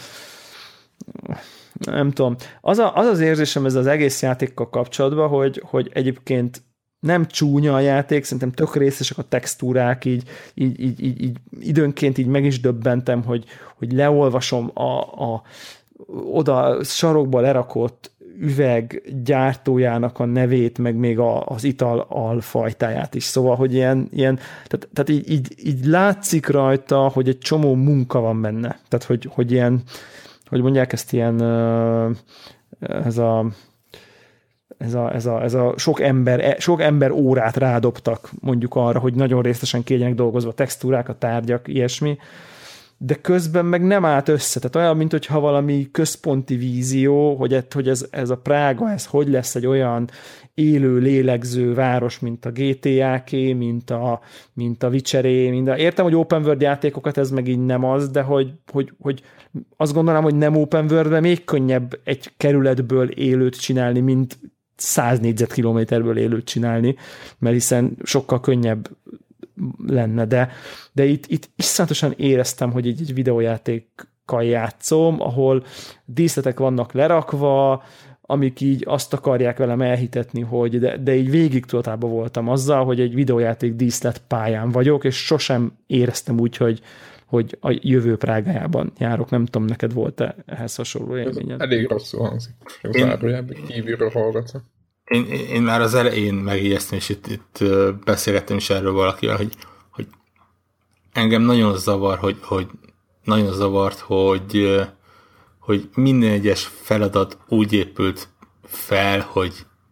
nem tudom. Az, a, az az érzésem ez az egész játékkal kapcsolatban, hogy, hogy egyébként nem csúnya a játék, szerintem tök részesek a textúrák, így, így, így, így, így időnként így meg is döbbentem, hogy, hogy leolvasom a, a oda sarokba lerakott üveg gyártójának a nevét, meg még a, az ital alfajtáját is. Szóval, hogy ilyen, ilyen tehát, tehát így, így, így látszik rajta, hogy egy csomó munka van benne. Tehát, hogy, hogy ilyen, hogy mondják ezt ilyen ez a Ez a, ez, a, ez a sok ember, sok ember órát rádobtak mondjuk arra, hogy nagyon részletesen ki legyenek dolgozva textúrák, a tárgyak, ilyesmi. de közben meg nem állt össze. Tehát olyan, mint hogyha valami központi vízió, hogy, ez, hogy ez, ez a Prága, ez hogy lesz egy olyan élő, lélegző város, mint a gé té á-ké, mint a, mint a Witcheré, mint a... Értem, hogy open world játékokat ez meg így nem az, de hogy, hogy, hogy azt gondolom, hogy nem open world-ben még könnyebb egy kerületből élőt csinálni, mint száz négyzetkilométerből élőt csinálni, mert hiszen sokkal könnyebb lenne, de, de itt, itt iszonyatosan éreztem, hogy egy, egy videójátékkal játszom, ahol díszletek vannak lerakva, amik így azt akarják velem elhitetni, hogy de, de így végig tudatában voltam azzal, hogy egy videójáték díszlet pályán vagyok, és sosem éreztem úgy, hogy, hogy a jövő Prágájában járok. Nem tudom, neked volt-e ehhez hasonló élményed? Elég rosszul hangzik. Zárójában kívülről hallgatom. Én, én, én már az elején megijesztem, és itt, itt beszélgettem is erről valakivel, hogy, hogy engem nagyon zavar, hogy, hogy nagyon zavart, hogy, hogy minden egyes feladat úgy épült fel, hogy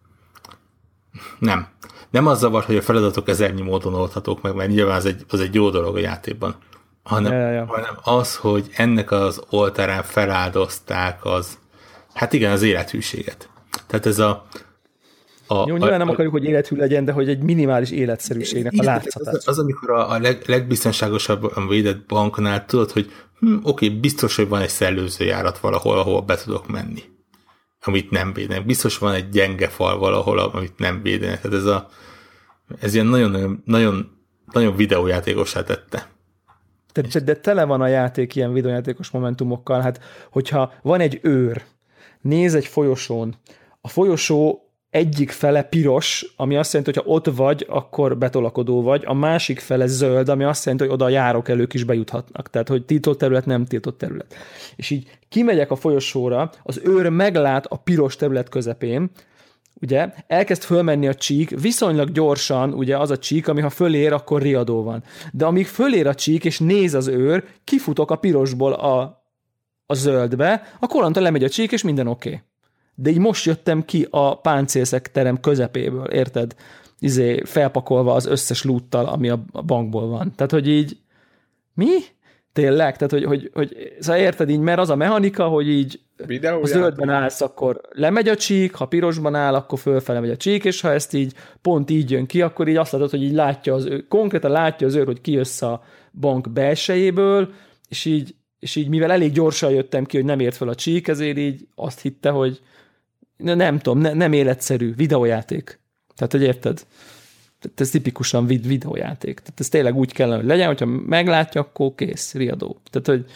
nem. Nem az zavar, hogy a feladatok ezernyi módon oldhatók meg, mert nyilván az egy, az egy jó dolog a játékban, hanem, ja, ja. hanem az, hogy ennek az oltárán feláldozták az, hát igen, az élethűséget. Tehát ez a A, Jó, nyilván a, nem akarjuk, hogy élethű legyen, de hogy egy minimális életszerűségnek a látszatát. Az, az, amikor a, a leg, legbiztonságosabban védett banknál tudod, hogy hm, oké, biztos, hogy van egy szellőző járat valahol, ahol be tudok menni, amit nem védenek. Biztos van egy gyenge fal valahol, amit nem védenek. Tehát ez, a, ez ilyen nagyon, nagyon, nagyon videójátékossá tette. De, de tele van a játék ilyen videójátékos momentumokkal. Hát, hogyha van egy őr, néz egy folyosón, a folyosó egyik fele piros, ami azt jelenti, hogy ha ott vagy, akkor betolakodó vagy, a másik fele zöld, ami azt jelenti, hogy oda a járókelők is bejuthatnak. Tehát, hogy tiltott terület, nem tiltott terület. És így kimegyek a folyosóra, az őr meglát a piros terület közepén, ugye, elkezd fölmenni a csík, viszonylag gyorsan, ugye, az a csík, ami ha fölér, akkor riadó van. De amíg fölér a csík, és néz az őr, kifutok a pirosból a, a zöldbe, akkor onnantól lemegy a csík, és minden oké. Okay. De így most jöttem ki a páncélszekterem közepéből, érted? Izé, felpakolva az összes loottal, ami a bankból van. Tehát, hogy így, mi? Tényleg? Tehát, hogy, hogy, hogy szóval érted így, mert az a mechanika, hogy így ha zöldben állsz, akkor lemegy a csík, ha pirosban áll, akkor fölfele megy a csík, és ha ezt így pont így jön ki, akkor így azt látod, hogy így látja az őr, konkrétan látja az őr, hogy kijössz a bank belsejéből, és így, és így mivel elég gyorsan jöttem ki, hogy nem ért fel a csík, ezért így azt hitte, hogy nem tudom, ne, nem életszerű, videójáték. Tehát, hogy érted? Tehát ez tipikusan vid- videójáték. Tehát ez tényleg úgy kellene, hogy legyen, hogyha meglátja, akkor kész, riadó. Tehát, hogy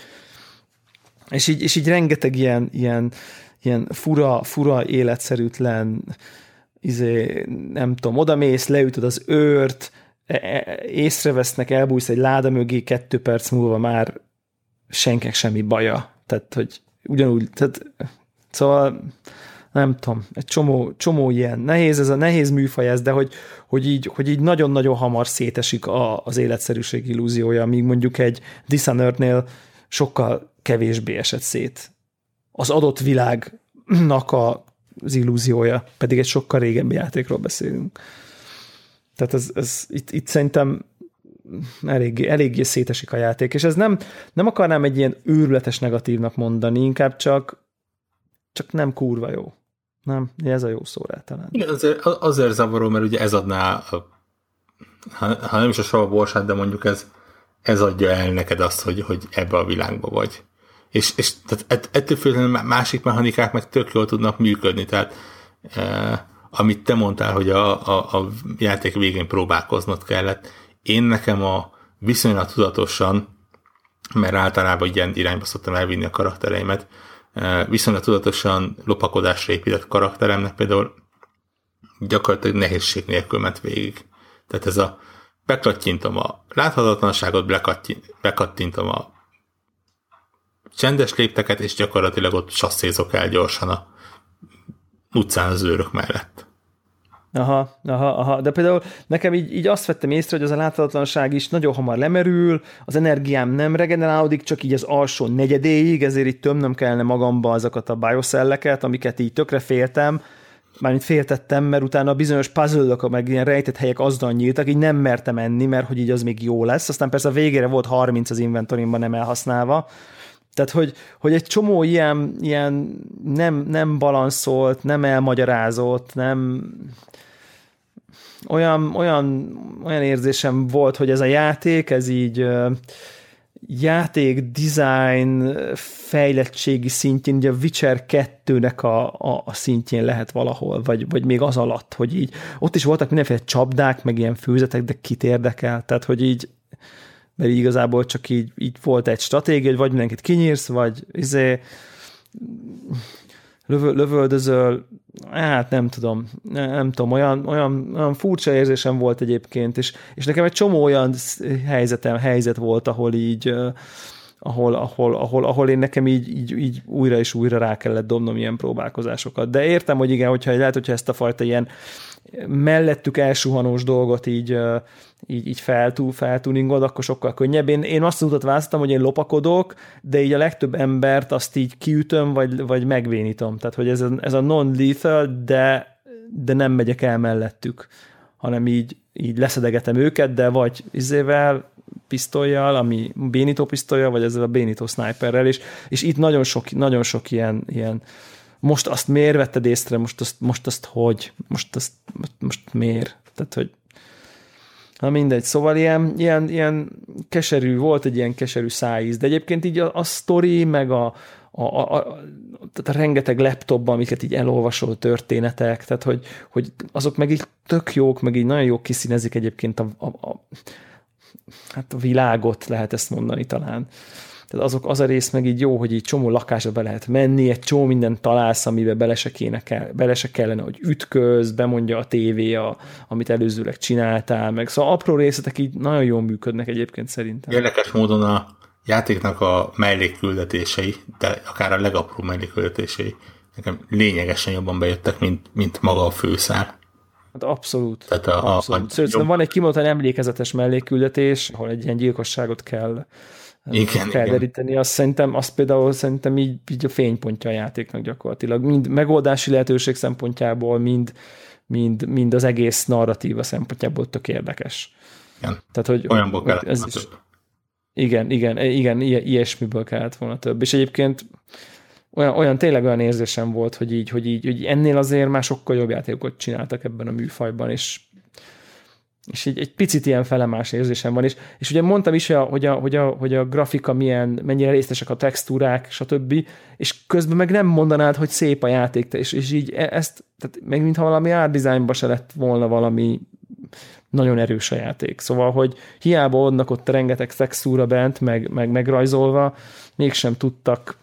és így, és így rengeteg ilyen, ilyen, ilyen fura, fura, életszerűtlen izé, nem tudom, odamész, leütöd az őrt, észrevesznek, elbújsz egy láda mögé, kettő perc múlva már senkinek semmi baja. Tehát, hogy ugyanúgy, tehát, szóval nem tudom, egy csomó, csomó ilyen nehéz, ez a nehéz műfaj ez, de hogy, hogy, így, hogy így nagyon-nagyon hamar szétesik a, az életszerűség illúziója, míg mondjuk egy Dishonorednél sokkal kevésbé esett szét. Az adott világnak a, az illúziója, pedig egy sokkal régebbi játékról beszélünk. Tehát ez, ez itt, itt szerintem eléggé, eléggé szétesik a játék, és ez nem, nem akarnám egy ilyen őrületes negatívnak mondani, inkább csak csak nem kurva jó. Nem, ez a jó szó rá talán. Igen, azért, azért zavaró, mert ugye ez adná, a, ha, ha nem is a sava borsát, de mondjuk ez, ez adja el neked azt, hogy, hogy ebbe a világba vagy. És, és tehát ettől függetlenül másik mechanikák meg tök jól tudnak működni, tehát e, amit te mondtál, hogy a, a, a játék végén próbálkoznod kellett, én nekem a viszonylag tudatosan, mert általában ilyen irányba szoktam elvinni a karaktereimet, viszonylag tudatosan lopakodásra épített karakteremnek például gyakorlatilag nehézség nélkül ment végig. Tehát ez a bekattintom a láthatatlanságot, bekattintom a csendes lépteket, és gyakorlatilag ott sasszézok el gyorsan a utcán az őrök mellett. Aha, aha, aha. De például nekem így, így azt vettem észre, hogy az a láthatatlanság is nagyon hamar lemerül, az energiám nem regenerálódik, csak így az alsó negyedéig, ezért így tömnöm kellene magamba azokat a bioszelleket, amiket így tökre féltem, mármint féltettem, mert utána a bizonyos puzzle-ok, meg ilyen rejtett helyek azzal nyíltak, így nem mertem menni, mert hogy így az még jó lesz. Aztán persze a végére volt harminc az inventorimban nem elhasználva. Tehát, hogy, hogy egy csomó ilyen, ilyen nem, nem balanszolt, nem elmagyarázott, nem olyan, olyan, olyan érzésem volt, hogy ez a játék, ez így játék, design, fejlettségi szintjén, ugye a Witcher kettőnek a, a, a szintjén lehet valahol, vagy, vagy még az alatt, hogy így, ott is voltak mindenféle csapdák, meg ilyen főzetek, de kit érdekel, tehát, hogy így, mert igazából csak így, így volt egy stratégia, hogy vagy mindenkit kinyírsz, vagy izé, lövö, lövöldözöl, hát nem tudom, nem, nem tudom, olyan, olyan, olyan furcsa érzésem volt egyébként, és, és nekem egy csomó olyan helyzetem, helyzet volt, ahol így, uh, ahol, ahol, ahol, ahol én nekem így, így, így újra és újra rá kellett dobnom ilyen próbálkozásokat. De értem, hogy igen, hogyha lehet, hogyha ezt a fajta ilyen mellettük elsuhanós dolgot így, így, így feltú, feltúningod, akkor sokkal könnyebb. Én, én azt az utat választottam, hogy én lopakodok, de így a legtöbb embert azt így kiütöm, vagy, vagy megvénítom. Tehát, hogy ez a, ez a non-lethal, de, de nem megyek el mellettük, hanem így, így leszedegetem őket, de vagy izével, pisztolyjal, ami bénító pisztolya, vagy ezzel a bénító sniperrel, és, és itt nagyon sok, nagyon sok ilyen, ilyen most azt miért vetted észre, most azt, most azt hogy, most azt most, most miért, tehát hogy na mindegy, szóval ilyen, ilyen, ilyen keserű, volt egy ilyen keserű szájíz, de egyébként így a, a sztori, meg a, a, a, a, tehát a rengeteg laptopban, amiket így elolvasol történetek, tehát hogy, hogy azok meg így tök jók, meg így nagyon jók kiszínezik egyébként a, a, a, hát a világot, lehet ezt mondani talán. Tehát azok, az a rész meg így jó, hogy így csomó lakásba be lehet menni, egy csomó mindent találsz, amiben bele se, kéne kell, bele se kellene, hogy ütköz, bemondja a tévé, a, amit előzőleg csináltál, meg szóval apró részletek így nagyon jól működnek egyébként szerintem. Érdekes módon a játéknak a mellékküldetései, de akár a legapróbb mellékküldetései nekem lényegesen jobban bejöttek, mint, mint maga a főszál. Hát abszolút. Tehát a, abszolút. A, szóval jobb... van egy kimondottan emlékezetes mellékküldetés, ahol egy ilyen gyilkosságot kell igen, felderíteni, igen. Azt szerintem, azt például szerintem így, így a fénypontja a játéknak gyakorlatilag. Mind megoldási lehetőség szempontjából, mind, mind, mind az egész narratíva szempontjából tök érdekes. Igen. Tehát, hogy, olyanból kellett ez is, igen, igen, igen, ilyesmiből kellett volna több. És egyébként olyan, olyan tényleg olyan érzésem volt, hogy így, hogy így, hogy ennél azért már sokkal jobb játékokat csináltak ebben a műfajban, és és így egy picit ilyen felemás érzésem van, és, és ugye mondtam is, hogy a, hogy, a, hogy a grafika milyen, mennyire részletesek a textúrák, stb., és közben meg nem mondanád, hogy szép a játék, és, és így ezt, tehát meg mintha valami art designba se lett volna valami nagyon erős a játék. Szóval, hogy hiába adnak ott rengeteg textúra bent, meg, meg megrajzolva, mégsem tudtak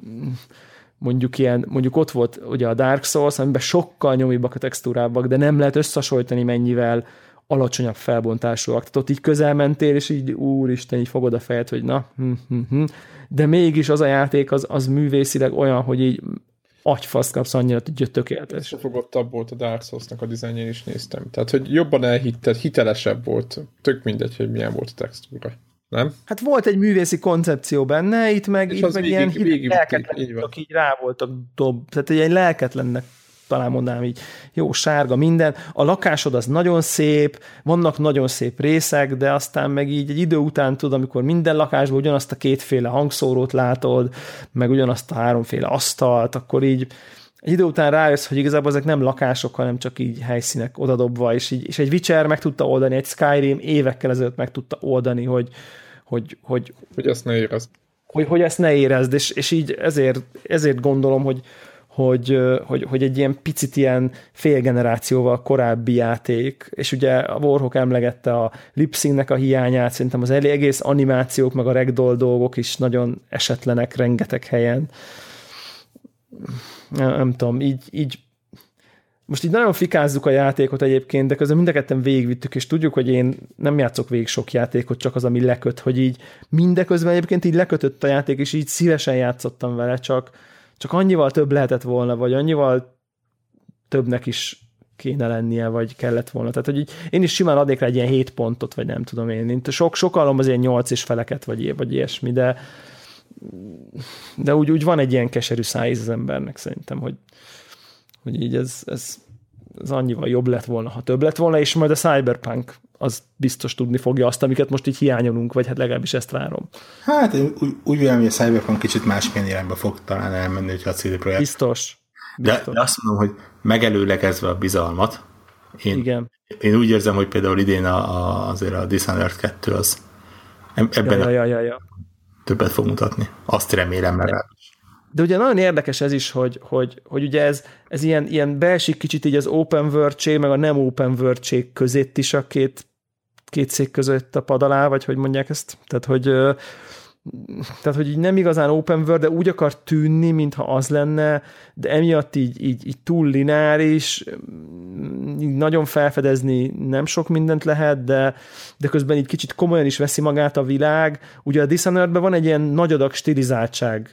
mondjuk ilyen, mondjuk ott volt ugye a Dark Souls, amiben sokkal nyomibbak a textúrábbak, de nem lehet összehasonlítani mennyivel alacsonyabb felbontásúak. Tehát ott így közel mentél, és így úristen, így fogod a fejed, hogy na, hm, hm, hm. De mégis az a játék, az, az művészileg olyan, hogy így agyfasz kapsz annyira, hogy tökéletes. Fogottabb volt a Dark Souls-nak a dizájnjén is néztem. Tehát, hogy jobban elhitted, hitelesebb volt. Tök mindegy, hogy milyen volt a textúra. Nem? Hát volt egy művészi koncepció benne, itt meg, itt meg végig, ilyen végig, lelketlenek, így rá voltak dob. Tehát egy lelketlennek talán mondanám így, jó, sárga, minden. A lakásod az nagyon szép, vannak nagyon szép részek, de aztán meg így egy idő után tud, amikor minden lakásban ugyanazt a kétféle hangszórót látod, meg ugyanazt a háromféle asztalt, akkor így egy idő után rájössz, hogy igazából ezek nem lakások, hanem csak így helyszínek odadobva, és, így, és egy Witcher meg tudta oldani, egy Skyrim évekkel ezelőtt meg tudta oldani, hogy hogy, hogy, hogy ezt ne érezd. Hogy, hogy ezt ne érezd, és, és így ezért, ezért gondolom, hogy Hogy, hogy, hogy egy ilyen picit ilyen félgenerációval korábbi játék, és ugye a Warhawk emlegette a lip-syncnek a hiányát, szerintem az egész animációk, meg a ragdoll dolgok is nagyon esetlenek rengeteg helyen. Nem, nem tudom, így, így most így nagyon fikázzuk a játékot egyébként, de közben mind a ketten végigvittük, és tudjuk, hogy én nem játszok végig sok játékot, csak az, ami leköt, hogy így mindeközben egyébként így lekötött a játék, és így szívesen játszottam vele, csak Csak annyival több lehetett volna, vagy annyival többnek is kéne lennie, vagy kellett volna. Tehát, hogy így, én is simán adnék rá egy ilyen hét pontot, vagy nem tudom én. én sok, sokalom az ilyen nyolc és feleket, vagy, vagy ilyesmi, de, de úgy, úgy van egy ilyen keserű szájíz az embernek szerintem, hogy, hogy így ez, ez, ez annyival jobb lett volna, ha több lett volna, és majd a Cyberpunk az biztos tudni fogja azt, amiket most így hiányolunk, vagy hát legalábbis ezt várom. Hát úgy, úgy vélem, hogy a Cyberpunk kicsit másmilyen irányba fog talán elmenni, hogyha a cé dé Projekt. Biztos. biztos. De, de azt mondom, hogy megelőlegezve a bizalmat, én, Igen. én úgy érzem, hogy például idén a, a, azért a Dishonored kettő az ebben ja, ja, ja, ja. többet fog mutatni. Azt remélem, mert de, de ugye nagyon érdekes ez is, hogy, hogy, hogy ugye ez, ez ilyen, ilyen beesik kicsit így az open world-ség, meg a nem open world-ség között is a két, két szék között a pad alá, vagy hogy mondják ezt? Tehát, hogy tehát, hogy így nem igazán open world, de úgy akar tűnni, mintha az lenne, de emiatt így, így, így túl lineáris, így nagyon felfedezni nem sok mindent lehet, de, de közben így kicsit komolyan is veszi magát a világ. Ugye a Dishonoredben van egy ilyen nagy adag stilizáltság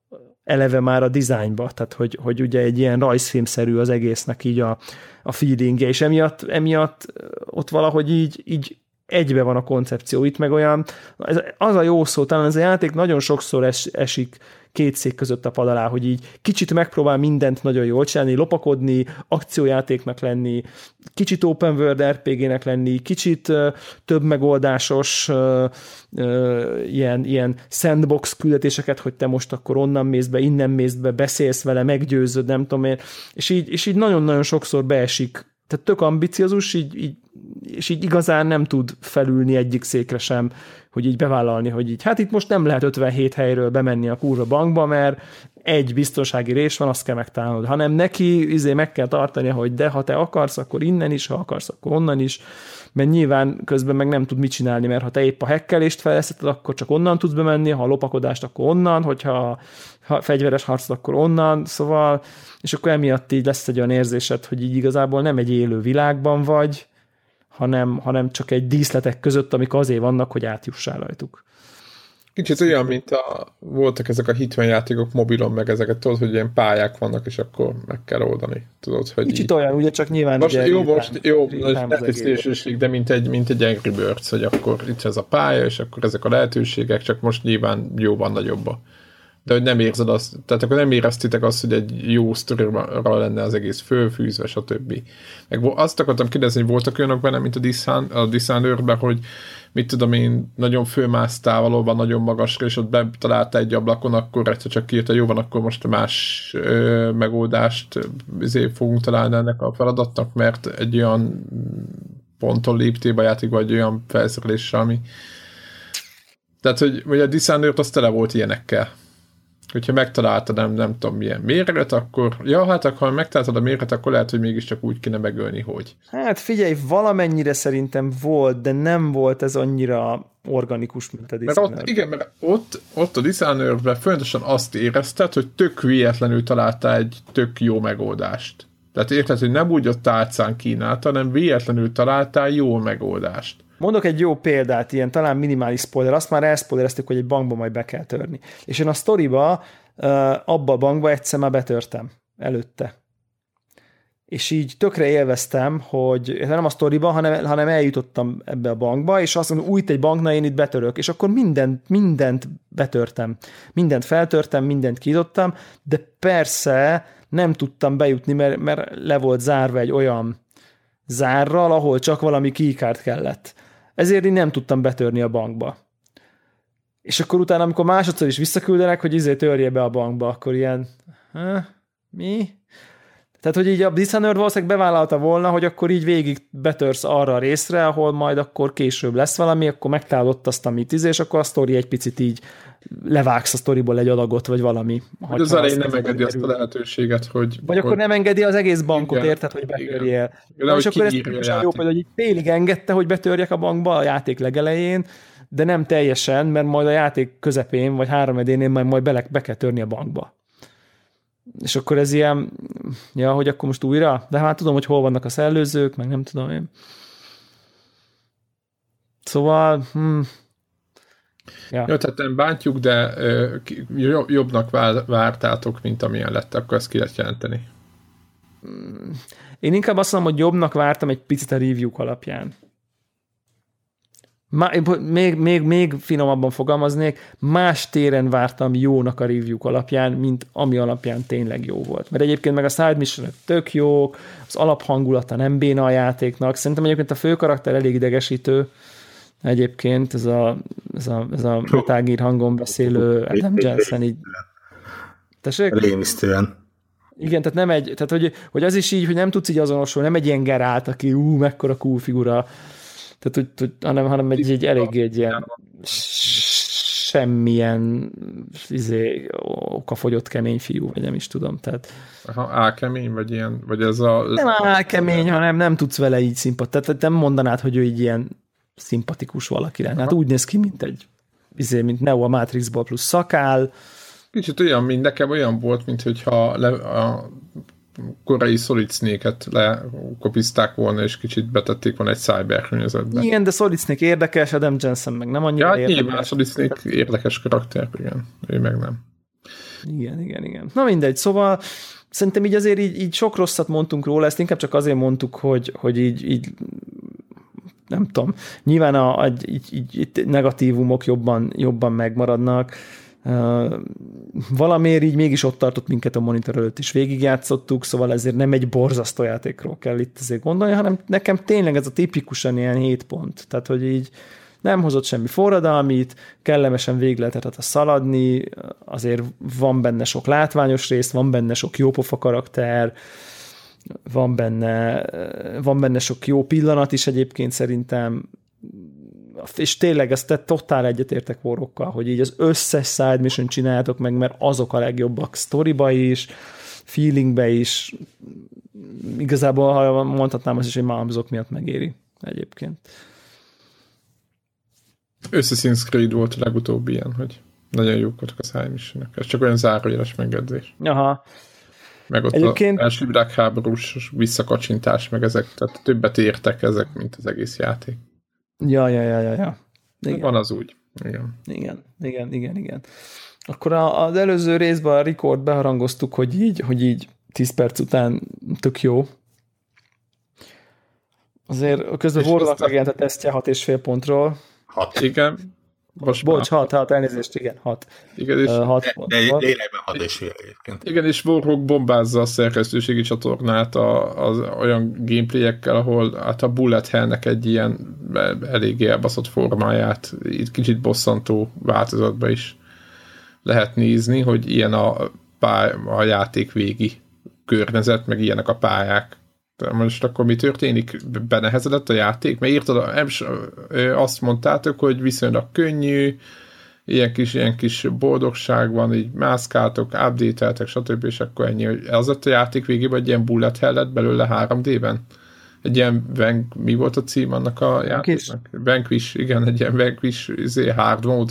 eleve már a dizájnba, tehát hogy, hogy ugye egy ilyen rajzfilmszerű az egésznek így a, a feelingje, és emiatt, emiatt ott valahogy így, így egybe van a koncepció, itt meg olyan, ez, az a jó szó, talán ez a játék nagyon sokszor es, esik két szék között a pad alá, hogy így kicsit megpróbál mindent nagyon jól csinálni, lopakodni, akciójátéknak lenni, kicsit open world er pé gének lenni, kicsit uh, több megoldásos uh, uh, ilyen, ilyen sandbox küldetéseket, hogy te most akkor onnan mész be, innen mész be, beszélsz vele, meggyőzöd, nem tudom én, és így, és így nagyon-nagyon sokszor beesik, tehát tök ambiciózus, így, így, és így igazán nem tud felülni egyik székre sem, hogy így bevállalni, hogy így, hát itt most nem lehet ötvenhét helyről bemenni a kurva bankba, mert egy biztonsági rés van, azt kell megtalálnod, hanem neki izé meg kell tartania, hogy de ha te akarsz, akkor innen is, ha akarsz, akkor onnan is, mert nyilván közben meg nem tud mit csinálni, mert ha te épp a hekkelést fejleszted, akkor csak onnan tudsz bemenni, ha a lopakodást, akkor onnan, hogyha ha fegyveres harcot, akkor onnan, szóval, és akkor emiatt így lesz egy olyan érzésed, hogy így igazából nem egy élő világban vagy, hanem, hanem csak egy díszletek között, amik azért vannak, hogy átjussál rajtuk. Kicsit olyan, mint a, voltak ezek a Hitman játékok mobilon, meg ezeket, tudod, hogy ilyen pályák vannak, és akkor meg kell oldani. Tudod, hogy Kicsit így... olyan, ugye csak nyilván... Most, ugye, jó, most, jó, nem szélsőség, de mint egy, mint egy Angry Birds, hogy akkor itt ez a pálya, és akkor ezek a lehetőségek, csak most nyilván jóban nagyobba. De hogy nem érzed azt, tehát akkor nem éreztétek azt, hogy egy jó sztorira lenne az egész fölfűzve, stb. Meg azt akartam kérdezni, hogy voltak olyanok benne, mint a Dishonored, a Dishonoredben, hogy mit tudom én, nagyon fölmásztál valóban nagyon magasra, és ott betaláltál egy ablakon, akkor egyszer csak kiírta, jó van, akkor most más ö, megoldást azért fogunk találni ennek a feladatnak, mert egy olyan ponton léptél be a játék, vagy olyan felszereléssel, ami... Tehát, hogy, hogy a Dishonored az tele volt ilyenekkel. Hogyha megtaláltad nem, nem tudom milyen méret, akkor ja, hát ha megtaláltad a méret, akkor lehet, hogy mégiscsak úgy kéne megölni, hogy. Hát figyelj, valamennyire szerintem volt, de nem volt ez annyira organikus, mint a Dishonored. Mert ott, igen, mert ott, ott a Dishonoredben folyamatosan azt érezted, hogy tök véletlenül találtál egy tök jó megoldást. Tehát érted, hogy nem úgy ott tálcán kínálta, hanem véletlenül találtál jó megoldást. Mondok egy jó példát, ilyen talán minimális spoiler, azt már elspoilereztük, hogy egy bankba majd be kell törni. És én a sztoriba, abba a bankba egyszer már betörtem előtte. És így tökre élveztem, hogy nem a sztoriba, hanem, hanem eljutottam ebbe a bankba, és azt mondom, új itt egy banknál, én itt betörök. És akkor mindent, mindent betörtem. Mindent feltörtem, mindent kinyitottam, de persze nem tudtam bejutni, mert, mert le volt zárva egy olyan zárral, ahol csak valami keycard kellett. Ezért én nem tudtam betörni a bankba. És akkor utána, amikor másodszor is visszaküldenek, hogy izé törje be a bankba, akkor ilyen, ha, mi? Tehát, hogy így a Dishonored valószínűleg bevállalta volna, hogy akkor így végig betörsz arra a részre, ahol majd akkor később lesz valami, akkor megtalálod azt, amit izé, és akkor a sztori egy picit így levágsz a sztoriból egy adagot, vagy valami. Hogy az elején nem engedi azt a lehetőséget, hogy... Vagy akkor nem engedi az egész bankot, igen, érted, hogy betörjél. És akkor ez teljesen jó, hogy így félig engedte, hogy betörjek a bankba a játék legelején, de nem teljesen, mert majd a játék közepén, vagy háromedénél majd, majd be, be kell törni a bankba. És akkor ez ilyen, ja, hogy akkor most újra? De hát tudom, hogy hol vannak a szellőzők, meg nem tudom én. Szóval... Hm. Ja. Jó, tehát nem bántjuk, de ö, jobbnak vártátok, mint amilyen lett, akkor ezt ki lehet jelenteni. Én inkább azt mondom, hogy jobbnak vártam egy picit a review-k alapján. Má, még, még, még finomabban fogalmaznék, más téren vártam jónak a review alapján, mint ami alapján tényleg jó volt. Mert egyébként meg a side mission tök jók, az alaphangulata nem béna a játéknak, szerintem egyébként a főkarakter elég idegesítő, egyébként ez a, ez a, ez a Metal Gear hangon beszélő Adam Jensen így... Tessék? Rémisztően. Igen, tehát nem egy, tehát hogy, hogy az is így, hogy nem tudsz így azonosulni, nem egy ilyen Geralt, aki ú, mekkora cool figura, tehát, hogy, hogy, hanem, hanem egy, egy elég egy ilyen semmilyen izé, okafogyott kemény fiú, vagy nem is tudom. Tehát, Aha, álkemény, vagy ilyen, vagy ez a... Nem álkemény, hanem nem tudsz vele így szimpatikus. Tehát nem mondanád, hogy ő így ilyen szimpatikus valaki lenne. Hát úgy néz ki, mint egy izé, mint Neo a Matrixból plusz szakál. Kicsit olyan, mint nekem olyan volt, mint hogyha le, a korai Solid Snake-et lekopizták volna, és kicsit betették volna egy cyberkörnyezetbe. Igen, de Solid Snake érdekes, Adam Jensen meg nem annyira ja, érdekes. Nyilván Solid Snake érdekes karakter, igen. Ő meg nem. Igen, igen, igen. Na mindegy, szóval szerintem így azért így, így sok rosszat mondtunk róla, ezt inkább csak azért mondtuk, hogy, hogy így, így nem tudom, nyilván a, a így, így, így negatívumok jobban, jobban megmaradnak. Uh, valamiért így mégis ott tartott minket a monitor előtt is végigjátszottuk, szóval ezért nem egy borzasztó játékról kell itt azért gondolni, hanem nekem tényleg ez a tipikusan ilyen hét pont. Tehát, hogy így nem hozott semmi forradalmit, kellemesen végig lehetett a szaladni, azért van benne sok látványos rész, van benne sok jópofa karakter, van benne, van benne sok jó pillanat is egyébként szerintem, és tényleg ezt te totál egyetértek Warrockkal, hogy így az összes side mission csináljátok meg, mert azok a legjobbak sztoriba is, feelingbe is, igazából, ha mondhatnám azt is, hogy Malmzok miatt megéri egyébként. Assassin's Creed volt a legutóbbi ilyen, hogy nagyon jók voltak a side missionek. Ez csak olyan zárójeles megjegyzés. Aha. Meg ott egyébként... az első világháborús visszakacsintás, meg ezek, tehát többet értek ezek, mint az egész játék. Ja, ja, ja, ja, ja. Igen. Van az úgy. Igen. Igen, igen, igen, igen. Akkor az előző részben a record beharangoztuk, hogy így, hogy így tíz perc után tök jó. Azért közben Warlock megjelent a tesztje hat és fél pontról. Hat. Igen. Most Bocs, hat, hat, elnézést, igen, hat. Igen, és, uh, hat de, pont, de lélekben hat és fél egyébként. Igen, és Warhawk bombázza a szerkesztőségi csatornát a, az olyan gameplayekkel, ahol hát a Bullet Hellnek egy ilyen eléggé elbaszott formáját, itt kicsit bosszantó változatban is lehet nézni, hogy ilyen a, pály, a játék végi környezet, meg ilyenek a pályák. De most akkor mi történik? Benehezedett a játék? Mert írtad, azt mondtátok, hogy viszonylag könnyű, ilyen kis, ilyen kis boldogság van, így mászkáltok, update-eltek, stb. És akkor ennyi, hogy az lett a játék végében egy ilyen bullet hell lett belőle három dé-ben? Egy ilyen, Van, mi volt a cím annak a játéknak? Vanquish, igen, egy ilyen Vanquish izé, hard mode.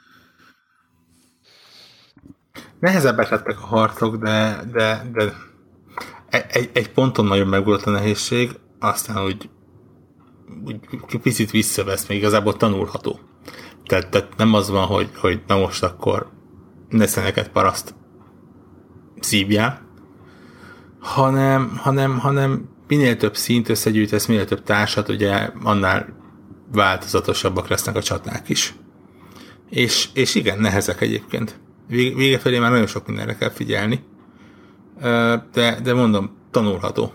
Nehezebbek lettek a harcok, de, de, de egy, egy ponton nagyon megvolt a nehézség, aztán úgy, úgy picit visszavesz, még igazából tanulható. Tehát, tehát nem az van, hogy, hogy na most akkor nesze neked paraszt szívjál, hanem, hanem, hanem minél több szint összegyűjtesz, minél több társat, ugye annál változatosabbak lesznek a csaták is. És, és igen, nehezek egyébként. Vége felé már nagyon sok mindenre kell figyelni, de, de mondom, tanulható.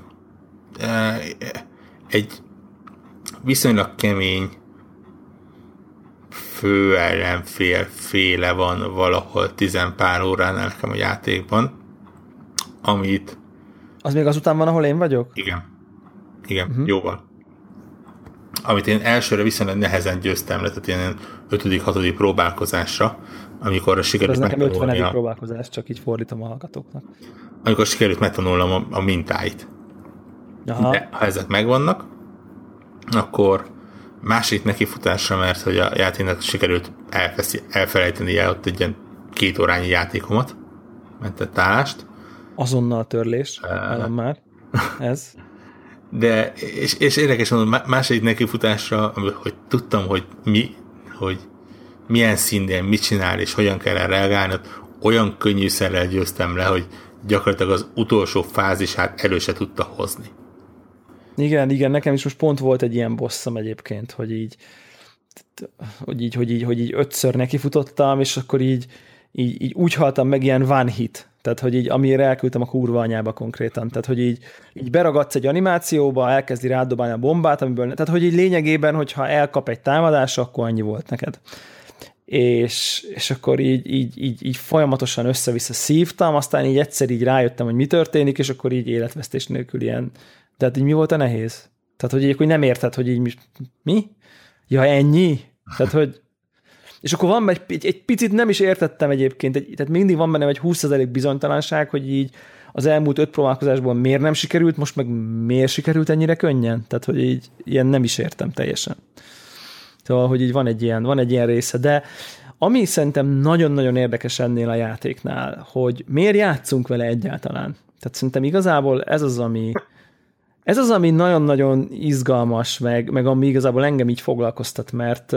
Egy viszonylag kemény fő ellenfél féle van valahol tizenpár óránál nekem a játékban, amit... Az még azután van, ahol én vagyok? Igen. Igen, uh-huh. Jóval. Amit én elsőre viszonylag nehezen győztem le, tehát ilyen ötödik, hatodik próbálkozásra, amikor sikerült megtanulni... Ez nekem ötvenedik próbálkozás, csak így fordítom a hallgatóknak. Amikor sikerült megtanulnom a, a mintáit. Aha. De ha ezek megvannak, akkor másik nekifutásra, mert hogy a játéknak sikerült elfeszi, elfelejteni el ott egy ilyen két órányi játékomat, mentett állást. Azonnal törlés, uh, már. Ez. De, és, és érdekes mondom, második nekifutásra, hogy tudtam, hogy mi, hogy milyen szinten mit csinál, és hogyan kell erre reagálni, olyan könnyűszerrel győztem le, hogy gyakorlatilag az utolsó fázisát elő se tudta hozni. Igen, igen, nekem is most pont volt egy ilyen bosszom egyébként, hogy így hogy így, hogy így, hogy így ötször nekifutottam, és akkor így, így, így úgy haltam meg ilyen one hit. Tehát, hogy így, amire elküldtem a kurva anyába konkrétan. Tehát, hogy így, így beragadsz egy animációba, elkezdi rádobálni a bombát, amiből, tehát, hogy így lényegében, hogyha elkap egy támadás, akkor annyi volt neked. És, és akkor így, így, így, így folyamatosan össze-vissza szívtam, aztán így egyszer így rájöttem, hogy mi történik, és akkor így életvesztés nélkül ilyen. Tehát így mi volt a nehéz? Tehát, hogy így hogy nem érted, hogy így mi? Ja, ennyi? Tehát, hogy és akkor van egy, egy, egy picit nem is értettem egyébként, egy, tehát mindig van bennem egy húsz százalék bizonytalanság, hogy így az elmúlt öt próbálkozásból miért nem sikerült, most meg miért sikerült ennyire könnyen? Tehát, hogy így ilyen nem is értem teljesen. Szóval, hogy így van egy ilyen, van egy ilyen része, de ami szerintem nagyon-nagyon érdekes ennél a játéknál, hogy miért játszunk vele egyáltalán. Tehát szerintem igazából ez az, ami ez az, ami nagyon-nagyon izgalmas, meg, meg ami igazából engem így foglalkoztat, mert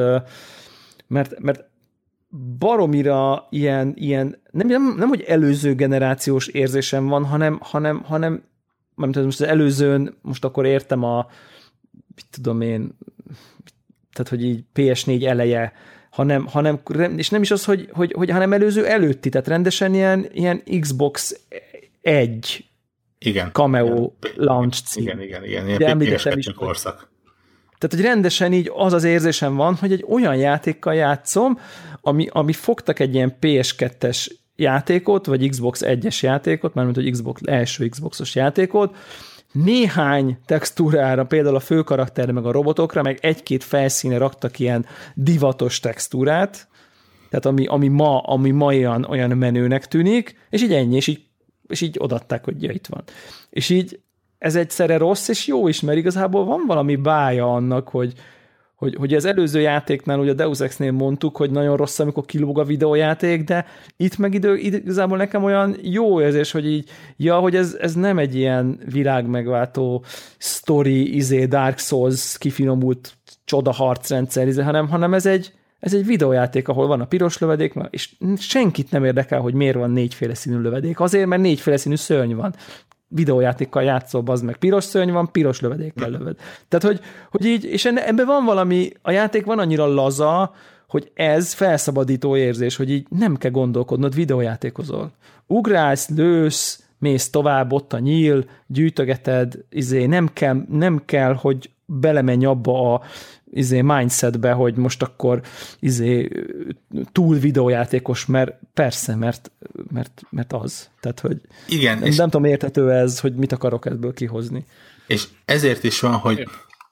mert, mert baromira ilyen, ilyen nem, nem, nem, hogy előző generációs érzésem van, hanem, hanem, hanem mert most az előzőn, most akkor értem a mit tudom én, tehát, hogy így pé es négy eleje, hanem, hanem és nem is az, hogy, hogy, hogy hanem előző előtti, tehát rendesen ilyen, ilyen Xbox egy igen, cameo igen. launch cím. Igen, igen, igen, ilyen pé es kettő korszak. Tehát, hogy rendesen így az az érzésem van, hogy egy olyan játékkal játszom, ami, ami fogtak egy ilyen pé es kettes játékot, vagy Xbox egyes játékot, mármint, hogy Xbox, első Xboxos játékot, néhány textúrára, például a főkarakterre, meg a robotokra, meg egy-két felszíne raktak ilyen divatos textúrát, tehát ami, ami ma, ami ma olyan, olyan menőnek tűnik, és így ennyi, és így, és így odaadták, hogy ja, itt van. És így ez egyszerre rossz és jó is, mert igazából van valami bája annak, hogy, hogy, hogy az előző játéknál, ugye a Deus Ex-nél mondtuk, hogy nagyon rossz, amikor kilóg a videójáték, de itt meg idő, igazából nekem olyan jó érzés, hogy így, ja, hogy ez, ez nem egy ilyen világmegváltó story, izé, Dark Souls, kifinomult csoda harcrendszer, izé, hanem, hanem ez egy, ez egy videójáték, ahol van a piros lövedék, és senkit nem érdekel, hogy miért van négyféle színű lövedék. Azért, mert négyféle színű szörny van. Videójátékkal játszol, az meg piros szörny van, piros lövedékkel lövöd. Tehát, hogy, hogy így, és ebben van valami, a játék van annyira laza, hogy ez felszabadító érzés, hogy így nem kell gondolkodnod, videójátékozol. Ugrálsz, lősz, mész tovább, ott a nyíl, gyűjtögeted, izé, nem kell, nem kell, hogy belemenj abba a izé, mindsetbe, hogy most akkor izé, túl videójátékos, mert persze, mert, mert, mert az. Tehát, hogy igen, nem, nem tudom, érthető ez, hogy mit akarok ebből kihozni. És ezért is van, hogy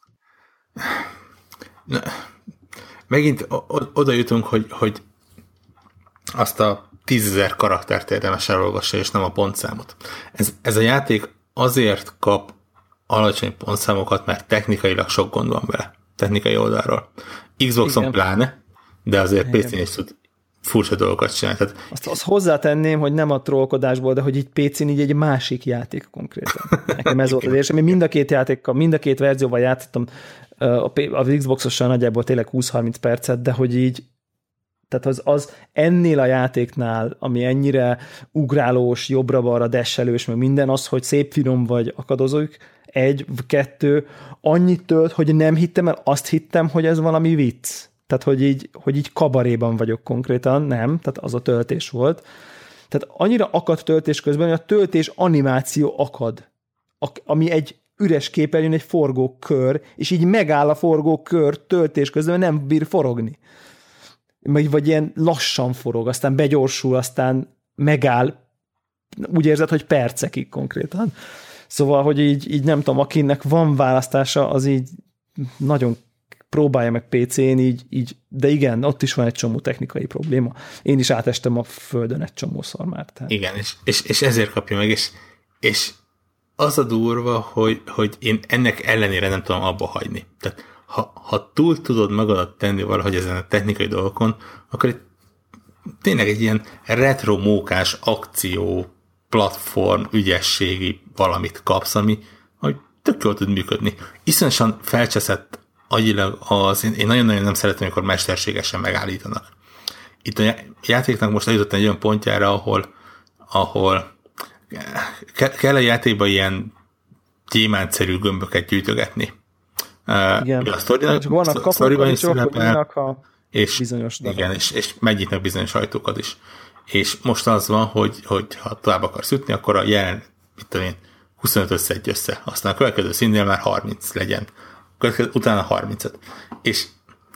na, megint oda jutunk, hogy, hogy azt a tízezer karaktert érdemes elolvasni, és nem a pontszámot. Ez, ez a játék azért kap alacsony pontszámokat, mert technikailag sok gond van vele. Technikai oldalról. Xboxon igen. Pláne, de azért pé cén is tud furcsa dolgokat csinálni. Tehát... Azt, azt hozzátenném, hogy nem a trollkodásból, de hogy így pé cén így egy másik játék konkrétan. Nekem ez volt az érzés. Én mind a két játékkal, mind a két verzióval játszottam a Xboxosan nagyjából tényleg húsz-harminc percet, de hogy így tehát az, az ennél a játéknál, ami ennyire ugrálós, jobbra-balra, desselős, meg minden az, hogy szép finom vagy akadozók, egy, kettő, annyit tölt, hogy nem hittem el, azt hittem, hogy ez valami vicc. Tehát, hogy így, hogy így kabaréban vagyok konkrétan, nem, tehát az a töltés volt. Tehát annyira akad töltés közben, hogy a töltés animáció akad, ami egy üres képernyőn egy forgókör, és így megáll a forgókör töltés közben, mert nem bír forogni. Vagy ilyen lassan forog, aztán begyorsul, aztán megáll, úgy érzed, hogy percekig konkrétan. Szóval, hogy így, így nem tudom, akinek van választása, az így nagyon próbálja meg pé cén, így, így, de igen, ott is van egy csomó technikai probléma. Én is átestem a földön egy csomószor már. Tehát. Igen, és, és, és ezért kapja meg, és, és az a durva, hogy, hogy én ennek ellenére nem tudom abba hagyni. Tehát ha, ha túl tudod magadat tenni valahogy ezen a technikai dolgokon, akkor itt tényleg egy ilyen retro mókás akció platform ügyességi valamit kapsz, ami hogy tök jól tud működni. Iszonyosan felcseszett agyilag az, én nagyon-nagyon nem szeretem, amikor mesterségesen megállítanak. Itt a játéknak most eljutottam egy olyan pontjára, ahol, ahol kell a játékban ilyen gyémántszerű gömböket gyűjtögetni, Igen. A sztoriban, csak vannak kapuk, is szerepel, a és, bizonyos igen, és, és megnyitnak bizonyos ajtókat is. És most az van, hogy, hogy ha tovább akarsz ütni, akkor a jelen, mit tudom én, huszonötöt szedj össze. Aztán a következő színnél már harminc legyen. Utána harmincöt. És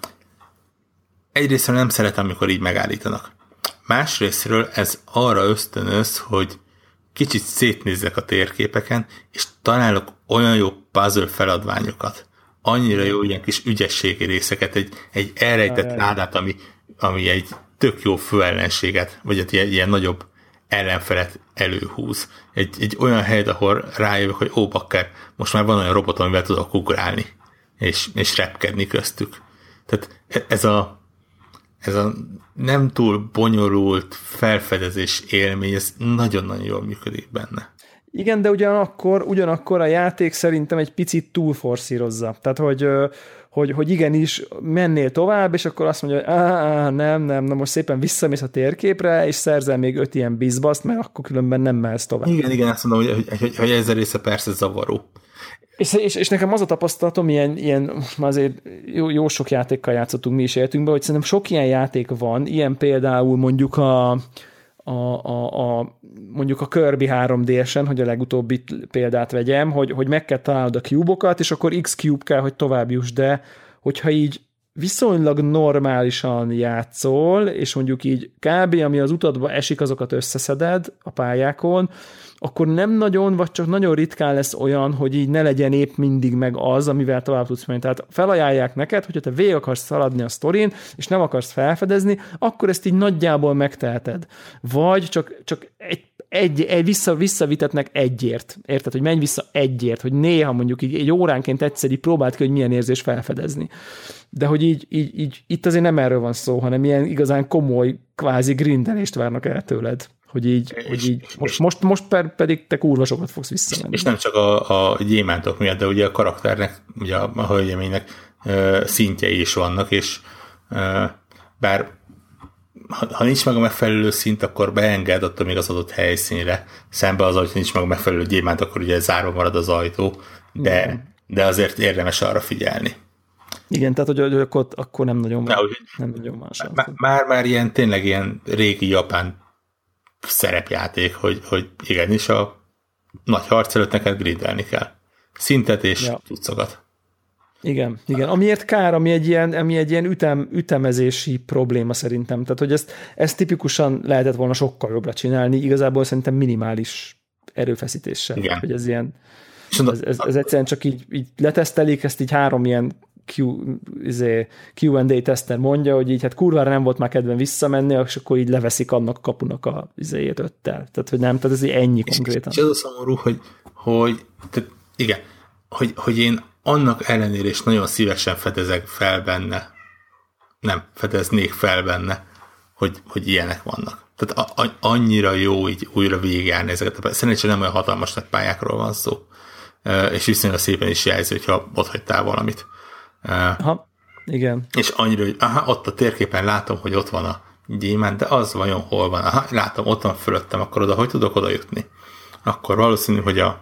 egyrésztről nem szeretem, amikor így megállítanak. Másrésztről ez arra ösztönöz, hogy kicsit szétnézzek a térképeken, és találok olyan jó puzzle feladványokat, annyira jó ilyen kis ügyességi részeket, egy, egy elrejtett ládát, ami, ami egy tök jó főellenséget, vagy egy ilyen, ilyen nagyobb ellenfelet előhúz. Egy, egy olyan helyet, ahol rájövök, hogy ó, bakker, most már van olyan robot, amivel tudok ugrálni, és, és repkedni köztük. Tehát ez a, ez a nem túl bonyolult felfedezés élmény, ez nagyon-nagyon jól működik benne. Igen, de ugyanakkor, ugyanakkor a játék szerintem egy picit túlforszírozza. Tehát, hogy, hogy, hogy igenis mennél tovább, és akkor azt mondja, hogy á, nem, nem, na most szépen visszamész a térképre, és szerzel még öt ilyen bizbaszt, mert akkor különben nem mehetsz tovább. Igen, igen, azt mondom, hogy, hogy, hogy, hogy ez a része persze zavaró. És, és, és nekem az a tapasztalatom, ilyen, ilyen már azért jó, jó sok játékkal játszottunk mi is életünkben, hogy szerintem sok ilyen játék van, ilyen például mondjuk a, a, a, a mondjuk a Kirby három dé-esen, hogy a legutóbbi példát vegyem, hogy, hogy meg kell találnod a cube-okat, és akkor X-cube kell, hogy tovább juss, de hogyha így viszonylag normálisan játszol, és mondjuk így kb. Ami az utadba esik, azokat összeszeded a pályákon, akkor nem nagyon, vagy csak nagyon ritkán lesz olyan, hogy így ne legyen épp mindig meg az, amivel tovább tudsz menni. Tehát felajánlják neked, hogyha te végig akarsz szaladni a sztorin, és nem akarsz felfedezni, akkor ezt így nagyjából megteheted. Vagy csak, csak egy, egy, egy vissza, visszavitetnek egyért. Érted, hogy menj vissza egyért, hogy néha mondjuk így egy óránként egyszer így próbáld ki, hogy milyen érzés felfedezni. De hogy így, így, így itt azért nem erről van szó, hanem ilyen igazán komoly kvázi grindelést várnak el tőled. Hogy így, és, hogy így most, most, most per, pedig te kurva sokat fogsz visszamenni. És nem csak a, a gyémántok miatt, de ugye a karakternek, ugye a, a hölgyeménynek uh, szintjei is vannak, és uh, bár ha, ha nincs meg a megfelelő szint, akkor beenged attól még az adott helyszínre. Szembe az, hogy nincs meg a megfelelő gyémánt, akkor ugye zárva marad az ajtó, de, de azért érdemes arra figyelni. Igen, tehát hogy, hogy akkor, akkor nem nagyon van. Hogy, nem nagyon van Már-már ilyen tényleg ilyen régi japán szerepjáték, hogy, hogy igenis a nagy harc előtt neked gridelni kell. Szintet és ja. Tudszokat. Igen, igen. Amiért kár, ami egy ilyen, ami egy ilyen ütem, ütemezési probléma szerintem. Tehát, hogy ezt, ezt tipikusan lehetett volna sokkal jobbra csinálni, igazából szerintem minimális erőfeszítéssel. Igen. Hogy ez ilyen, ez, ez, ez egyszerűen csak így, így letesztelik, ezt így három ilyen Q, izé, Q and A teszter mondja, hogy így hát kurvára nem volt már kedven visszamenni, és akkor így leveszik annak a kapunak a izéjét öttel. Tehát, hogy nem, tehát ez így ennyi és konkrétan. És ez a szomorú, hogy, hogy tehát igen, hogy, hogy én annak ellenére is nagyon szívesen fedezek fel benne, nem, fedeznék fel benne, hogy, hogy ilyenek vannak. Tehát a, a, annyira jó így újra végigjárni ezeket. Szerencsére nem olyan hatalmas nagy pályákról van szó. És viszonylag szépen is jelzi, hogyha ott hagytál valamit. Aha, igen. És annyira, hogy aha, ott a térképen látom, hogy ott van a gyémánt, de az vajon hol van? Aha, látom, ott van fölöttem, akkor oda, hogy tudok oda jutni? Akkor valószínű, hogy a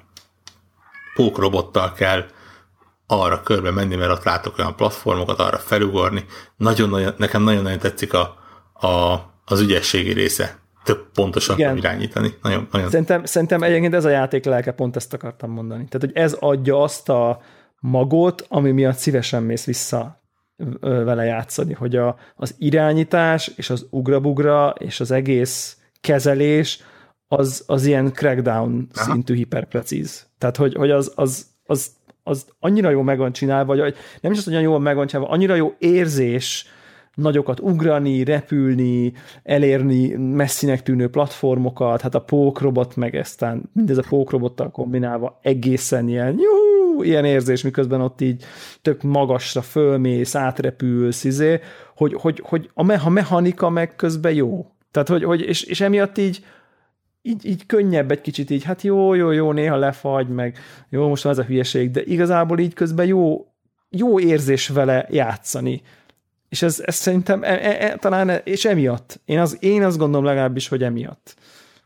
pókrobottal kell arra körbe menni, mert ott látok olyan platformokat, arra felugorni. Nagyon-nagyon, nekem nagyon-nagyon tetszik a, a, az ügyességi része. Több pontosan irányítani. Nagyon, nagyon... Szerintem, szerintem egyébként ez a játék lelke, pont ezt akartam mondani. Tehát, hogy ez adja azt a magot, ami miatt szívesen mész vissza vele játszani, hogy a, az irányítás és az ugrabugra és az egész kezelés az, az ilyen crackdown Aha. szintű hiperprecíz. Tehát, hogy, hogy az, az, az, az annyira jól meg van csinálva, vagy nem is az, hogy jól meg van csinálva, annyira jó érzés nagyokat ugrani, repülni, elérni messzinek tűnő platformokat, hát a pókrobot meg eztán mindez a pókrobottal kombinálva egészen ilyen juhú, ilyen érzés, miközben ott így tök magasra fölmész, átrepülsz, izé, hogy, hogy, hogy a mechanika meg közben jó. Tehát, hogy, hogy és, és emiatt így Így, így könnyebb egy kicsit így, hát jó, jó, jó, néha lefagy, meg jó, most van ez a hülyeség, de igazából így közben jó, jó érzés vele játszani. És ez, ez szerintem e, e, talán, és emiatt. Én, az, én azt gondolom legalábbis, hogy emiatt.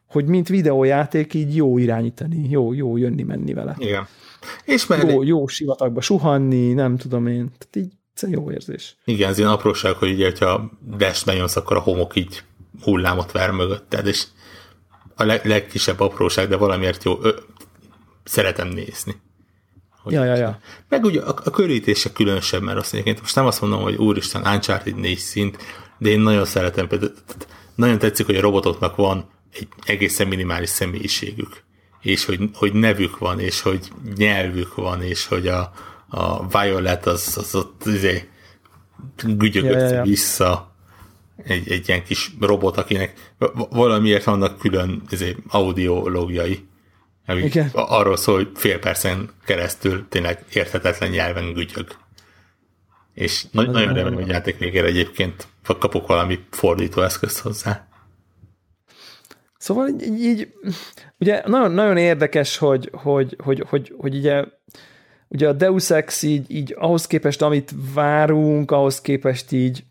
hogy mint videójáték így jó irányítani, jó, jó jönni-menni vele. Igen. És mellé... Jó, jó sivatagba suhanni, nem tudom én. Tehát így ez jó érzés. Igen, ez ilyen apróság, hogy ugye, hogyha destben nyomsz, akkor a homok így hullámot ver mögötted, és a leg, legkisebb apróság, de valamiért jó, ö, szeretem nézni. Ja, ja, ja. Meg ugye a, a körítése különösebb, mert azt egyébként most nem azt mondom, hogy úristen, Uncharted négy szint, de én nagyon szeretem, például nagyon tetszik, hogy a robotoknak van egy egészen minimális személyiségük, és hogy, hogy nevük van, és hogy nyelvük van, és hogy a, a Violet az, az ott azért gügyögött ja, ja, ja. vissza egy, egy ilyen kis robot, akinek valamiért vannak külön audiológiai, ami arról szól, hogy fél percen keresztül tényleg érthetetlen nyelven gügyög. És az nagyon remélem, hogy játék végére egyébként kapok valami fordítóeszközt hozzá. Szóval így, így ugye nagyon, nagyon érdekes, hogy, hogy, hogy, hogy, hogy ugye, ugye a Deus Ex így, így ahhoz képest, amit várunk, ahhoz képest így,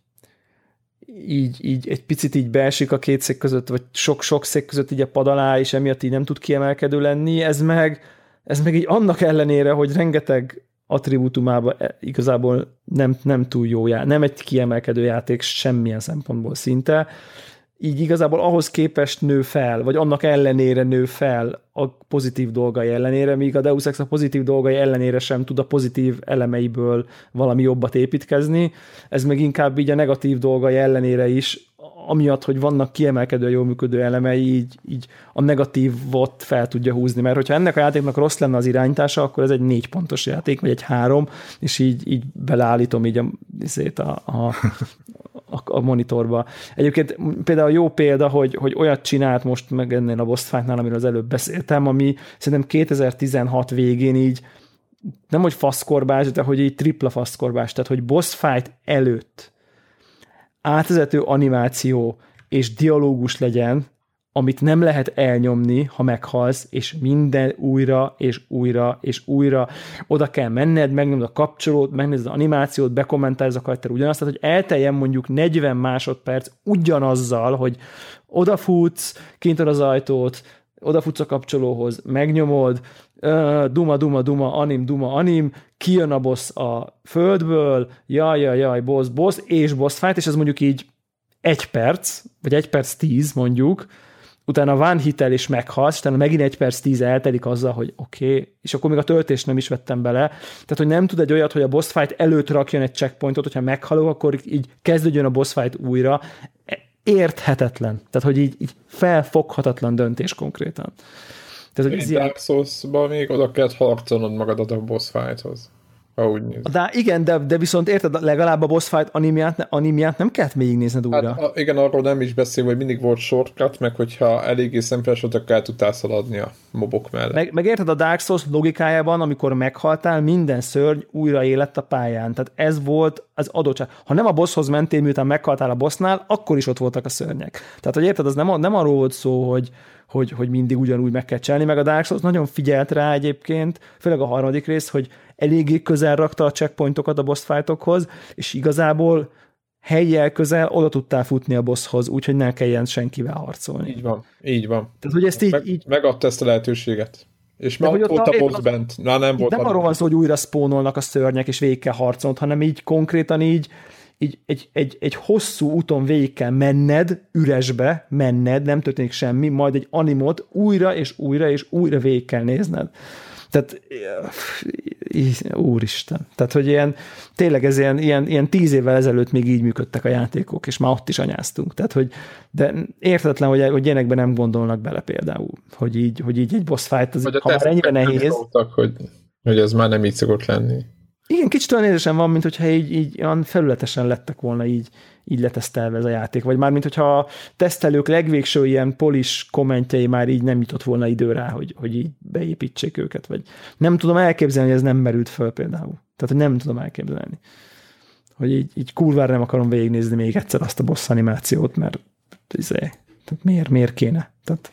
így, így egy picit így beesik a két szék között, vagy sok-sok szék között így a pad alá, és emiatt így nem tud kiemelkedő lenni. Ez meg, ez meg így annak ellenére, hogy rengeteg attribútumában igazából nem, nem túl jó játék, nem egy kiemelkedő játék semmilyen szempontból szinte, így igazából ahhoz képest nő fel, vagy annak ellenére nő fel a pozitív dolgai ellenére, míg a Deus Ex a pozitív dolgai ellenére sem tud a pozitív elemeiből valami jobbat építkezni, ez meg inkább így a negatív dolgai ellenére is, amiatt, hogy vannak kiemelkedő, jól működő elemei, így, így a negatívot fel tudja húzni, mert hogyha ennek a játéknak rossz lenne az irányítása, akkor ez egy négy pontos játék, vagy egy három, és így, így beleállítom így a, a, a, a, a monitorba. Egyébként például jó példa, hogy, hogy olyat csinált most meg ennél a boss fight-nál, amiről az előbb beszéltem, ami szerintem kétezer-tizenhat végén így nem hogy faszkorbás, de hogy így tripla faszkorbás, tehát hogy boss fight előtt átvezető animáció és dialógus legyen, amit nem lehet elnyomni, ha meghalsz, és minden újra, és újra, és újra oda kell menned, megnyomod a kapcsolót, megnézed az animációt, bekommentálsz a karakter ugyanazt, tehát hogy elteljen mondjuk negyven másodperc ugyanazzal, hogy odafutsz, kint az ajtót, odafutsz a kapcsolóhoz, megnyomod, duma, duma, duma, anim, duma, anim, kijön a boss a földből, jaj, jaj, jaj, boss, boss, és boss fight, és ez mondjuk így egy perc, vagy egy perc tíz mondjuk, utána van hitel és meghalsz, utána megint egy perc tíz eltelik azzal, hogy oké, okay, és akkor még a töltést nem is vettem bele. Tehát, hogy nem tud egy olyat, hogy a boss fight előtt rakjon egy checkpointot, hogyha meghalok, akkor így kezdődjön a boss fight újra. Érthetetlen. Tehát, hogy így, így felfoghatatlan döntés konkrétan. Tehát, hogy ez Dark Souls-ban még oda kellett harcolnod magadat a boss fighthoz. De igen, de, de viszont érted, legalább a boss fight animját, animját nem kellett végignézned újra. Hát, igen, arról nem is beszél, hogy mindig volt shortcut, meg hogyha eléggé szemfeles volt, akkor el tudtál szaladni a mobok mellett. Meg, meg érted, a Dark Souls logikájában, amikor meghaltál, minden szörny újra élett a pályán. Tehát ez volt az adottság. Ha nem a bosshoz mentél, miután meghaltál a bossnál, akkor is ott voltak a szörnyek. Tehát, hogy érted, az nem, nem arról volt szó, hogy Hogy, hogy mindig ugyanúgy meg kell csinálni, meg a Dark Souls nagyon figyelt rá egyébként, főleg a harmadik rész, hogy eléggé közel rakta a checkpointokat a boss fightokhoz, és igazából helyjel közel oda tudtál futni a bosshoz, úgyhogy ne kelljen senkivel harcolni. Így van, így van. Tehát, hogy ezt így, meg, így... Megadta ezt a lehetőséget. És már ott volt a boss bent. Na, nem volt. Nem arról van szó, hogy újra spónolnak a szörnyek, és végig kell harcolnod, hanem így konkrétan így így egy, egy, egy hosszú úton végig kell menned, üresbe menned, nem történik semmi, majd egy animot újra és újra és újra végig kell nézned. Tehát, úristen. Tehát, hogy ilyen, tényleg ez ilyen, ilyen, ilyen tíz évvel ezelőtt még így működtek a játékok, és már ott is anyáztunk. Tehát, hogy, de értetlen, hogy, hogy ilyenekben nem gondolnak bele például, hogy így, hogy így egy boss fight, az, ha már ennyire nehéz. Szóltak, hogy, hogy ez már nem így szokott lenni. Igen, kicsit olyan érzésem van, mint hogyha így, így olyan felületesen lettek volna így, így letesztelve ez a játék, vagy már mint hogyha a tesztelők legvégső ilyen polis kommentjei már így nem jutott volna idő rá, hogy, hogy így beépítsék őket, vagy nem tudom elképzelni, hogy ez nem merült föl például. Tehát, hogy nem tudom elképzelni. Hogy így, így kurvára nem akarom végignézni még egyszer azt a boss animációt, mert izé, tehát miért, miért kéne? Tehát,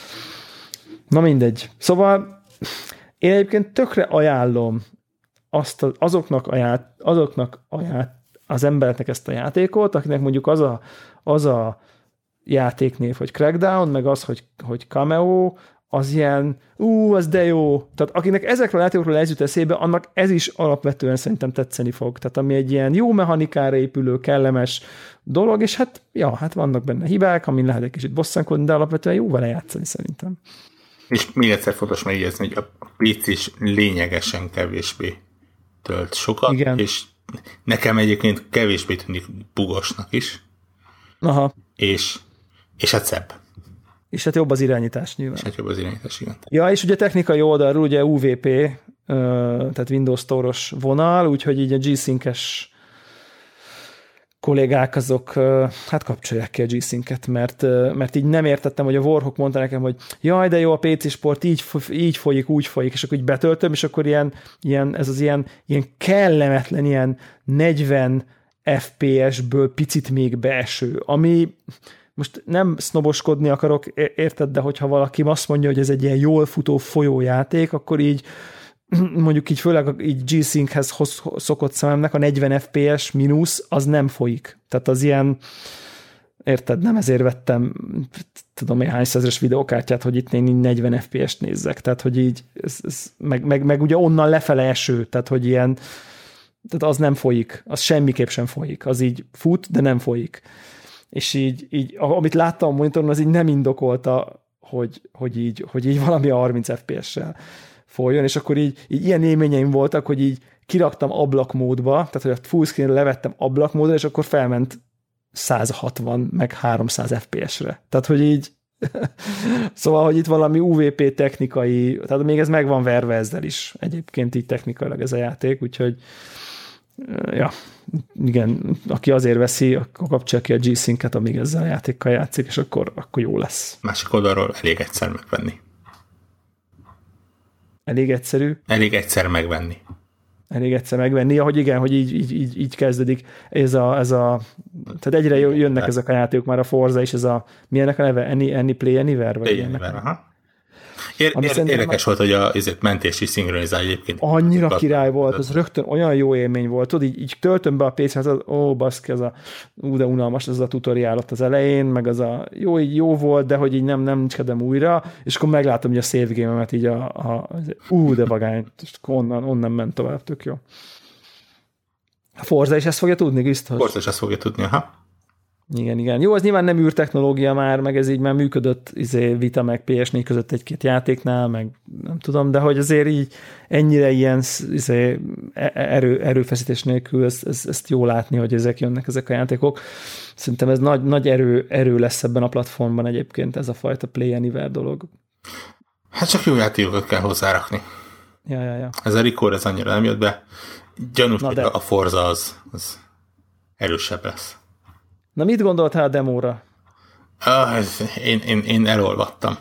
na mindegy. Szóval én egyébként tökre ajánlom azt azoknak, a ját, azoknak a ját, az embereknek ezt a játékot, akinek mondjuk az a, az a játéknév, hogy Crackdown, meg az, hogy, hogy Cameo, az ilyen, ú, az de jó. Tehát akinek ezekről a játékokról ez jut eszébe, annak ez is alapvetően szerintem tetszeni fog. Tehát ami egy ilyen jó mechanikára épülő, kellemes dolog, és hát, ja, hát vannak benne hibák, amin lehet egy kicsit bosszankodni, de alapvetően jó vele játszani szerintem. És még egyszer fontos megjegyezni, hogy a pé cé is lényegesen kevésbé tölt sokat, igen. És nekem egyébként kevésbé tűnik bugosnak is. Aha. És, és hát szebb. És hát jobb az irányítás nyilván. És hát jobb az irányítás, igen. Ja, és ugye technikai oldalról ugye u vé pé, tehát Windows Store-os vonal, úgyhogy így a G-Sync-es kollégák azok, hát kapcsolják ki a G-Sync-et, mert, mert így nem értettem, hogy a Warhawk mondta nekem, hogy jaj, de jó, a pé cé Sport így, így folyik, úgy folyik, és akkor így betöltöm, és akkor ilyen, ilyen ez az ilyen, ilyen kellemetlen, ilyen negyven ef pé es-ből picit még beeső, ami most nem sznoboskodni akarok, érted, de hogyha valaki azt mondja, hogy ez egy ilyen jól futó folyójáték, akkor így mondjuk így főleg így G-Synchez szokott szememnek a negyven ef pé es mínusz, az nem folyik. Tehát az ilyen, érted, nem ezért vettem tudom én hány százeres videókártyát, hogy itt én így negyven ef pé est nézzek. Tehát, hogy így, ez, ez, meg, meg, meg ugye onnan lefele eső, tehát, hogy ilyen, tehát az nem folyik, az semmiképp sem folyik. Az így fut, de nem folyik. És így, így amit láttam a monitoron, az így nem indokolta, hogy, hogy, így, hogy így valami a harminc ef pé es-sel folyjon, és akkor így, így ilyen élményeim voltak, hogy így kiraktam ablakmódba, tehát hogy a fullscreenre levettem ablakmódra, és akkor felment száz hatvan meg háromszáz ef pé es-re. Tehát, hogy így szóval, hogy itt valami u vé pé technikai, tehát még ez meg van verve ezzel is egyébként így technikailag ez a játék, úgyhogy ja, igen, aki azért veszi, akkor kapcsolja ki a G-Sync-et, amíg ezzel a játékkal játszik, és akkor, akkor jó lesz. Másik oldalról elég egyszer megvenni. Elég egyszerű? Elég egyszer megvenni. Elég egyszer megvenni, ahogy igen, hogy így, így, így, így kezdődik ez a, ez a, tehát egyre jönnek ezek a játékok, már a Forza is, ez a, milyenek a neve? Any, any Play Anywhere? Vagy Play Anywhere, aha. Ér, ér, érdekes volt, hogy a mentést is szinkronizál egyébként. Annyira király volt, az rögtön olyan jó élmény volt, tudod, így, így töltöm be a pé cét, hát ó, baszki, ez a, ú, de unalmas, ez a tutoriál ott az elején, meg az a jó, így jó volt, de hogy így nem, nem kedem újra, és akkor meglátom, hogy a save game-emet így a, a ú, de vagány, és onnan, onnan ment tovább, tök jó. A Forza is ezt fogja tudni, biztos? Forza is ezt fogja tudni, aha. Igen, igen. Jó, az nyilván nem űrtechnológia már, meg ez így már működött izé, Vita meg pé es négy között egy-két játéknál, meg nem tudom, de hogy azért így ennyire ilyen izé, erő, erőfeszítés nélkül ezt, ezt, ezt jó látni, hogy ezek jönnek, ezek a játékok. Szerintem ez nagy, nagy erő, erő lesz ebben a platformban egyébként, ez a fajta Play Anywhere dolog. Hát csak jó játékokat kell hozzárakni. Ja, ja, ja. Ez a Record, ez annyira nem jött be. Gyanús, hogy de... a Forza az, az erősebb lesz. Na, mit gondoltál a demóra? Ah, ez, én, én, én elolvattam.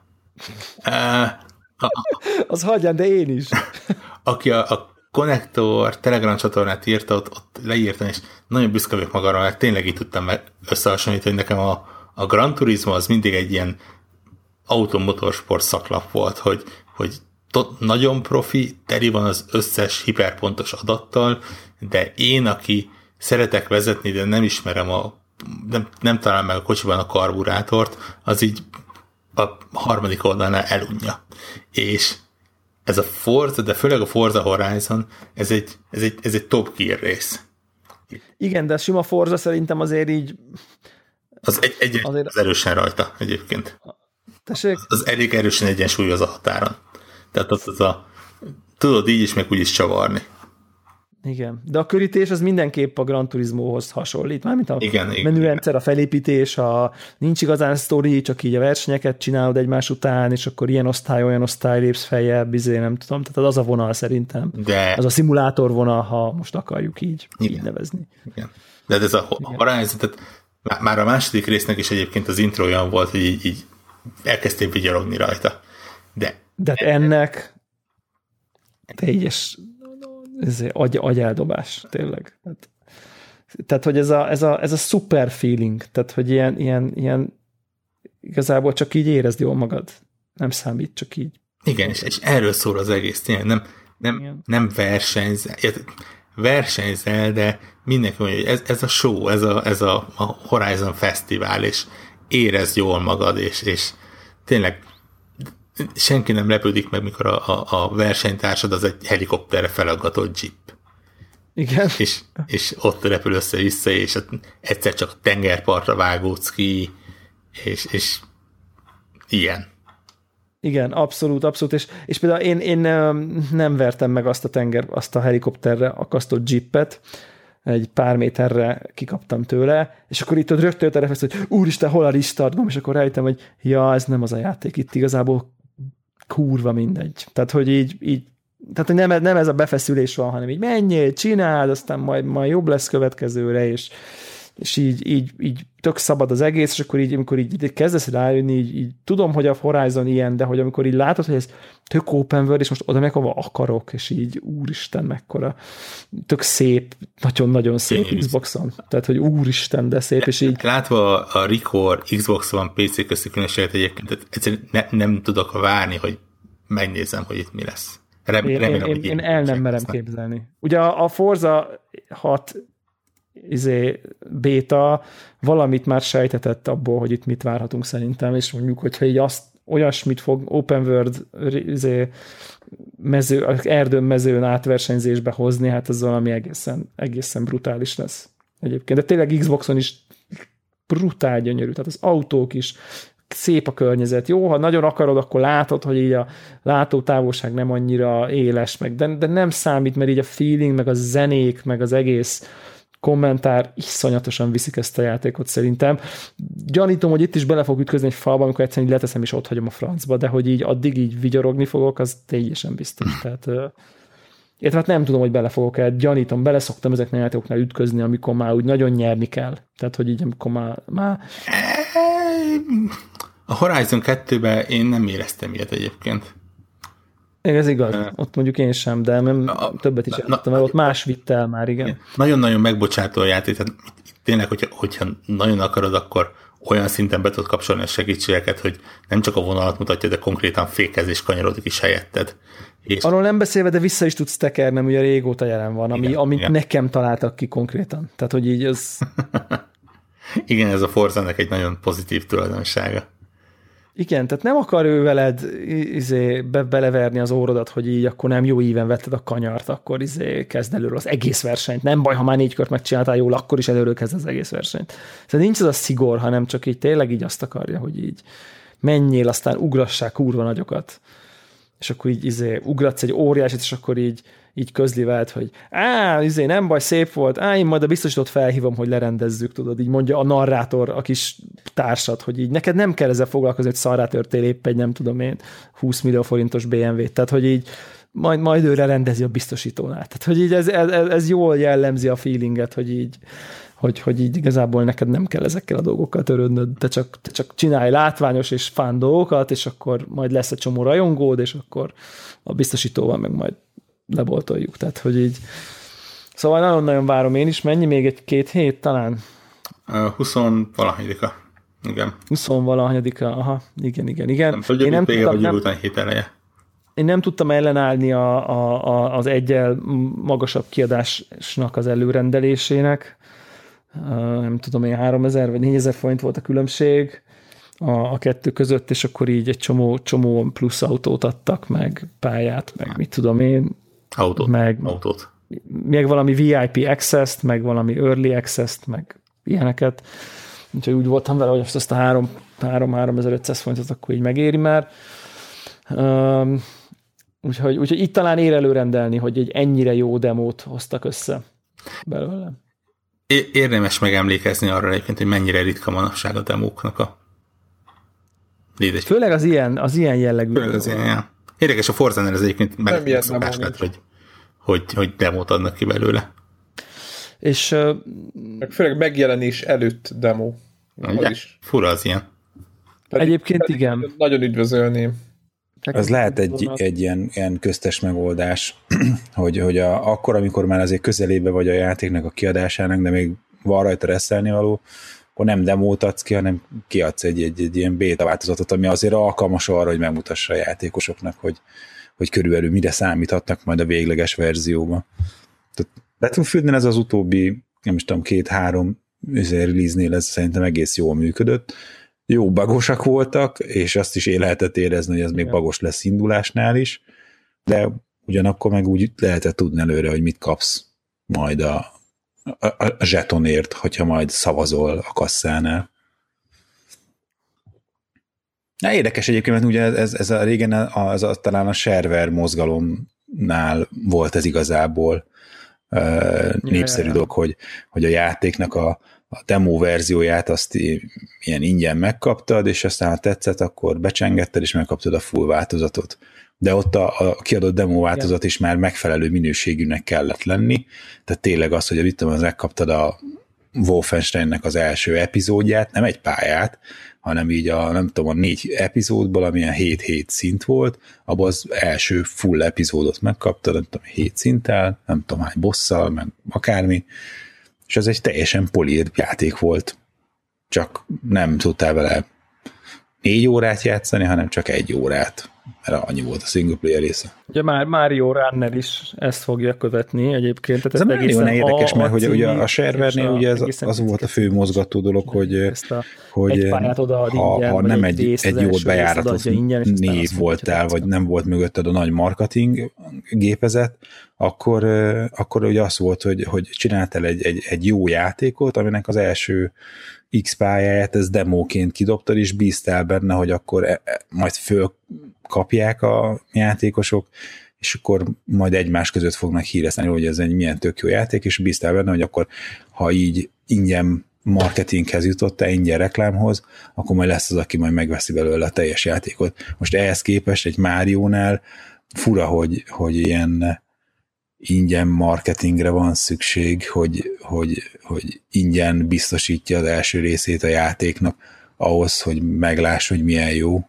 Uh, a, az hagyján, de én is. Aki a, a Connector Telegram csatornát írta, ott, ott leírtam, és nagyon büszke vagyok magamra, mert tényleg így tudtam összehasonlítani, hogy nekem a, a Gran Turismo az mindig egy ilyen automotorsport szaklap volt, hogy, hogy tot, nagyon profi, teri van az összes hiperpontos adattal, de én, aki szeretek vezetni, de nem ismerem a nem, nem talál meg a kocsiban a karburátort, az így a harmadik oldalnál elunja. És ez a Forza, de főleg a Forza Horizon, ez egy, ez egy, ez egy Top Gear rész. Igen, de a sima Forza szerintem azért így... Az, egy, egy, azért... az erősen rajta egyébként. Tessék? Az, az elég erősen egyensúlyoz a határon. Tehát ott az a... Tudod így is, meg úgy is csavarni. Igen, de a körítés az mindenképp a Gran Turismohoz hasonlít. Mármint a igen, menürendszer, igen. a felépítés, a, nincs igazán sztori, csak így a versenyeket csinálod egymás után, és akkor ilyen osztály, olyan osztály lépsz feljebb, bizé, nem tudom. Tehát az a vonal szerintem. De... Az a szimulátor vonal, ha most akarjuk így, így nevezni. Igen. De ez a Horizon, tehát már a második résznek is egyébként az intro olyan volt, hogy így, így elkezdték vigyorogni rajta. De, de ennek teljes ez agy, agyeldobás, tényleg. Tehát, tehát hogy ez a, ez, a, ez a super feeling, tehát, hogy ilyen, ilyen, ilyen igazából csak így érezd jól magad. Nem számít, csak így. Igen, és, és erről szól az egész, tényleg. Nem, nem, nem versenyzel, versenyzel, de mindenki mondja, hogy ez, ez a show, ez a, ez a, a Horizon Fesztivál, és érezd jól magad, és, és tényleg senki nem lepődik meg, mikor a, a, a versenytársad az egy helikopterre felaggatott jeep. Igen. És, és ott repül össze-vissza, és egyszer csak a tengerpartra vágódsz ki, és, és ilyen. Igen, abszolút, abszolút, és, és például én, én nem vertem meg azt a tenger, azt a helikopterre akasztott jeepet, egy pár méterre kikaptam tőle, és akkor itt ott rögtön a reflex, hogy úristen, hol a restart gomb, és akkor rájöttem, hogy ja, ez nem az a játék, itt igazából kurva mindegy. Tehát, hogy így, így tehát, hogy nem, nem ez a befeszülés van, hanem így menjél, csináld, aztán majd, majd jobb lesz következőre, és, és így, így, így tök szabad az egész, és akkor így, amikor így, így kezdesz rájönni, így, így tudom, hogy a Horizon ilyen, de hogy amikor így látod, hogy ez tök open world, és most oda meg ahova akarok, és így úristen, mekkora tök szép, nagyon-nagyon szép Én Xboxon. Tehát, hogy úristen, de szép, és így... Látva a Record Xbox One pé cé közti különbséget egyébként, egyszerűen ne, nem tudok várni, hogy megnézem, hogy itt mi lesz. Rem, én, remélem, én, én el nem merem képzelni. Ugye a, a Forza hat izé, béta valamit már sejtetett abból, hogy itt mit várhatunk szerintem, és mondjuk, hogyha így azt, olyasmit fog open world izé, mező, erdőn mezőn átversenyzésbe hozni, hát az valami egészen, egészen brutális lesz egyébként. De tényleg Xboxon is brutál gyönyörű, tehát az autók is szép a környezet. Jó, ha nagyon akarod, akkor látod, hogy így a látótávolság nem annyira éles, meg, de, de nem számít, mert így a feeling, meg a zenék, meg az egész kommentár iszonyatosan viszik ezt a játékot szerintem. Gyanítom, hogy itt is bele fog ütközni egy falba, amikor egyszerűen így leteszem és ott hagyom a francba, de hogy így addig így vigyorogni fogok, az teljesen biztos. Tehát, értem, hát nem tudom, hogy bele fogok el, gyanítom, beleszoktam ezeknél a játékoknál ütközni, amikor már úgy nagyon nyerni kell. Tehát, hogy így amikor már... már... A Horizon kettőben én nem éreztem ilyet egyébként. Ez igaz, uh, ott mondjuk én sem, de nem a, többet is játszottam, mert ott más vitt el már, igen. Nagyon-nagyon megbocsátó a játék, tehát tényleg, hogyha, hogyha nagyon akarod, akkor olyan szinten be tudod kapcsolni a segítségeket, hogy nem csak a vonalat mutatja, de konkrétan fékezés kanyarodik is helyetted. És... Arról nem beszélve, de vissza is tudsz tekernem, ugye régóta jelen van, ami, igen, amit igen. nekem találtak ki konkrétan. Tehát, hogy így az... igen, ez a Forzának egy nagyon pozitív tulajdonsága. Igen, tehát nem akar ő veled izé, be, beleverni az órodat, hogy így akkor nem jó íven vetted a kanyart, akkor izé, kezd előről az egész versenyt. Nem baj, ha már négy kört megcsináltál jól, akkor is előről kezd az egész versenyt. Szóval nincs az a szigor, hanem csak így tényleg így azt akarja, hogy így menjél, aztán ugrassál kurva nagyokat. És akkor így izé, ugratsz egy óriásit, és akkor így így közli veled, hogy á, izé, nem baj, szép volt, á, én majd a biztosítót felhívom, hogy lerendezzük, tudod, így mondja a narrátor, a kis társad, hogy így neked nem kell ezzel foglalkozni, hogy szarrá törtél épp egy, nem tudom én, húsz millió forintos bé em vét, tehát, hogy így majd, majd ő lerendezi a biztosítónál. Tehát, hogy így ez, ez, ez jól jellemzi a feelinget, hogy így, hogy, hogy így igazából neked nem kell ezekkel a dolgokkal törődnöd, te csak, te csak csinálj látványos és fán dolgokat, és akkor majd lesz egy csomó rajongód, és akkor a biztosítóval meg majd leboltoljuk, tehát, hogy így szóval nagyon-nagyon várom én is, mennyi még egy-két hét talán? huszonvalahanyadika igen. huszonvalahanyadika aha, igen, igen, igen. Nem tudjuk, én nem tudtam, nem, után hét eleje. Én nem tudtam ellenállni a, a, a, az egyel magasabb kiadásnak az előrendelésének, nem tudom én, háromezer vagy négyezer forint volt a különbség a, a kettő között, és akkor így egy csomó, csomó plusz autót adtak, meg pályát, meg mit tudom én, Autót. Meg, Autót. meg valami vé i pé access-t, meg valami early access-t, meg ilyeneket. Úgyhogy úgy voltam vele, hogy most azt a három-háromezerötszáz forintot akkor így megéri már. Um, úgyhogy, úgyhogy itt talán ér előrendelni, hogy egy ennyire jó demót hoztak össze belőle. É- érdemes megemlékezni arra egyébként, hogy mennyire ritka manapság a demóknak a létezés. Főleg az ilyen, az ilyen jellegű. Főleg az ilyen, ja. Érdekes, a Forzánál ez egyébként meg szokás lett, hogy, hogy, hogy demót adnak ki belőle. És uh, meg főleg megjelenés előtt demo. Ugye? Is. Fura az ilyen. Pedig, egyébként pedig igen. Nagyon üdvözölném. Ez lehet egy, egy ilyen, ilyen köztes megoldás, hogy, hogy a, akkor, amikor már azért közelébe vagy a játéknak a kiadásának, de még van rajta reszelni való, akkor nem demót adsz ki, hanem kiadsz egy, egy, egy ilyen béta változatot, ami azért alkalmas arra, hogy megmutassa a játékosoknak, hogy, hogy körülbelül mire számíthatnak majd a végleges verzióban. Battlefieldnél ez az utóbbi, nem is tudom, két-három release-nél ez szerintem egész jól működött, jó bagosak voltak, és azt is én lehetett érezni, hogy ez még bagos lesz indulásnál is, de ugyanakkor meg úgy lehetett tudni előre, hogy mit kapsz majd a, a, a zsetonért, hogyha majd szavazol a kasszánál. Na, érdekes egyébként, mert ugye ez, ez a régen az, az, talán a server mozgalomnál volt ez igazából uh, népszerű dolog, hogy, hogy a játéknak a, a demo verzióját azt ilyen ingyen megkaptad, és aztán ha tetszett, akkor becsengetted, és megkaptad a full változatot. De ott a, a kiadott demo változat is már megfelelő minőségűnek kellett lenni, tehát tényleg az, hogy itt az megkaptad a Wolfensteinnek az első epizódját, nem egy pályát, hanem így a, nem tudom, a négy epizódból, amilyen hét-hét szint volt, abban az első full epizódot megkaptad, nem tudom, hét szinttel, nem tudom, hány bosszal, meg akármi, és ez egy teljesen polírt játék volt. Csak nem tudtál vele négy órát játszani, hanem csak egy órát, mert annyi volt a single player része. Ugye már Mario Runner is ezt fogja követni egyébként. Tehát ez ez nagyon érdekes, mert hogy ugye a servernél ugye ez az volt a fő mozgató dolog, hogy, hogy ha, ha nem egy, egy, egy jót bejáratott név voltál, vagy nem volt mögötted a nagy marketing gépezet, akkor, akkor ugye az volt, hogy, hogy csináltál egy, egy, egy jó játékot, aminek az első X pályáját ez demóként kidobtad, és bíztál benne, hogy akkor e, e, majd fölkapják a játékosok, és akkor majd egymás között fognak hírezni, hogy ez egy milyen tök jó játék, és bíztál benne, hogy akkor, ha így ingyen marketinghez jutottál, ingyen reklámhoz, akkor majd lesz az, aki majd megveszi belőle a teljes játékot. Most ehhez képest egy Máriónál fura, hogy, hogy ilyen ingyen marketingre van szükség, hogy, hogy, hogy ingyen biztosítja az első részét a játéknak ahhoz, hogy megláss, hogy milyen jó.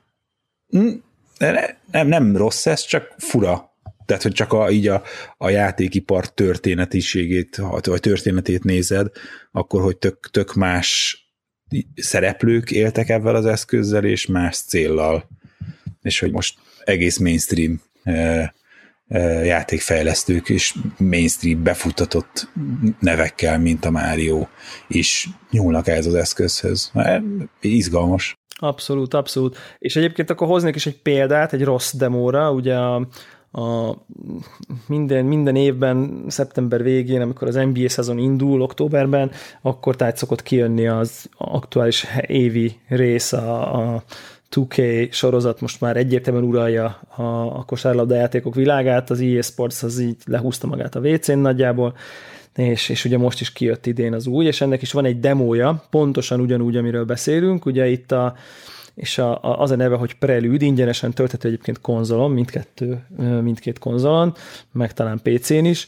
De nem, nem rossz ez, csak fura. Tehát, hogy csak a, így a, a játékipar történetiségét, vagy történetét nézed, akkor, hogy tök, tök más szereplők éltek ebben az eszközzel, és más céllal. És hogy most egész mainstream eh, játékfejlesztők és mainstream befutatott nevekkel, mint a Mario is nyúlnak ehhez az eszközhöz. Izgalmas. Abszolút, abszolút. És egyébként akkor hoznék is egy példát, egy rossz demóra, ugye a, a minden, minden évben, szeptember végén, amikor az en bé á szezon indul, októberben, akkor tehát szokott kijönni az aktuális évi rész a, a two K sorozat most már egyértelműen uralja a, a kosárlabdajátékok világát, az e á Sports az így lehúzta magát a vé cén nagyjából, és, és ugye most is kijött idén az új, és ennek is van egy demója, pontosan ugyanúgy, amiről beszélünk, ugye itt a, és a, a, az a neve, hogy Prelude, ingyenesen tölthető egyébként konzolon, mindkettő, mindkét konzolon, meg talán pé cén is,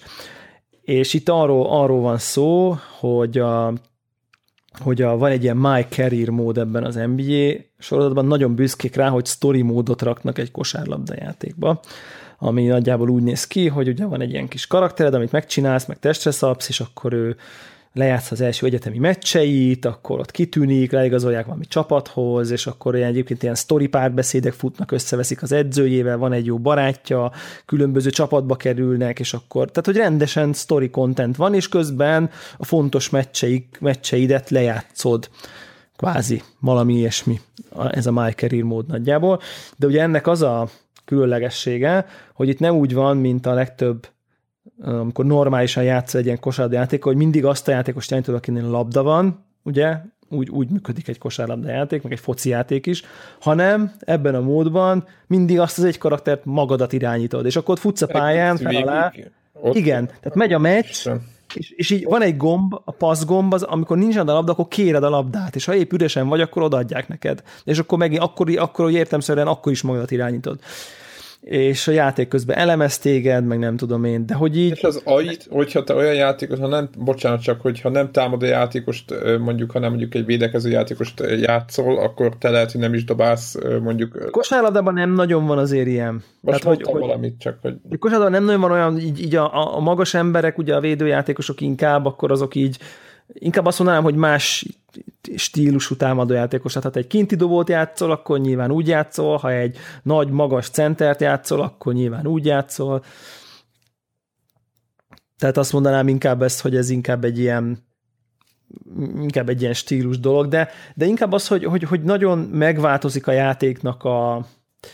és itt arról, arról van szó, hogy a hogy a, van egy ilyen My Career mód ebben az en bé á sorozatban, nagyon büszkék rá, hogy story módot raknak egy kosárlabda játékba, ami nagyjából úgy néz ki, hogy ugye van egy ilyen kis karaktered, amit megcsinálsz, meg testre szabsz, és akkor ő lejátsz az első egyetemi meccseit, akkor ott kitűnik, leigazolják valami csapathoz, és akkor ilyen, egyébként ilyen sztori párbeszédek futnak, összeveszik az edzőjével, van egy jó barátja, különböző csapatba kerülnek, és akkor, tehát hogy rendesen story content van, és közben a fontos meccseik, meccseidet lejátszod. Kvázi, valami ilyesmi. Ez a My Career mód nagyjából. De ugye ennek az a különlegessége, hogy itt nem úgy van, mint a legtöbb amikor normálisan játsz egy ilyen kosárlabda játék, hogy mindig azt a játékost jelentod, akinél labda van, ugye, úgy, úgy működik egy kosárlabda játék, meg egy foci játék is, hanem ebben a módban mindig azt az egy karaktert magadat irányítod, és akkor ott futsz a pályán fel alá. Igen, tehát megy a meccs, és, és így van egy gomb, a passz gomb, az, amikor nincs a labda, akkor kéred a labdát, és ha épp üresen vagy, akkor odaadják neked. És akkor megint, akkor, akkor hogy értelemszerűen, akkor is magadat irányítod. És a játék közben elemez téged, meg nem tudom én, de hogy így... És az ait, hogyha te olyan játékos, ha nem, bocsánat csak, hogyha nem támadó játékost, mondjuk, hanem mondjuk egy védekező játékost játszol, akkor te lehet, hogy nem is dobálsz, mondjuk... Kosárlabdában nem nagyon van azért ilyen. Most Tehát, hogy, valamit csak, hogy... Kosárlabdában nem nagyon van olyan, így, így a, a magas emberek, ugye a védőjátékosok inkább, akkor azok így, inkább azt mondanám, hogy más stílusú támadójátékos. Tehát ha egy kinti dobót játszol, akkor nyilván úgy játszol, ha egy nagy, magas centert játszol, akkor nyilván úgy játszol. Tehát azt mondanám inkább ezt, hogy ez inkább egy ilyen inkább egy ilyen stílus dolog, de, de inkább az, hogy, hogy, hogy nagyon megváltozik a játéknak a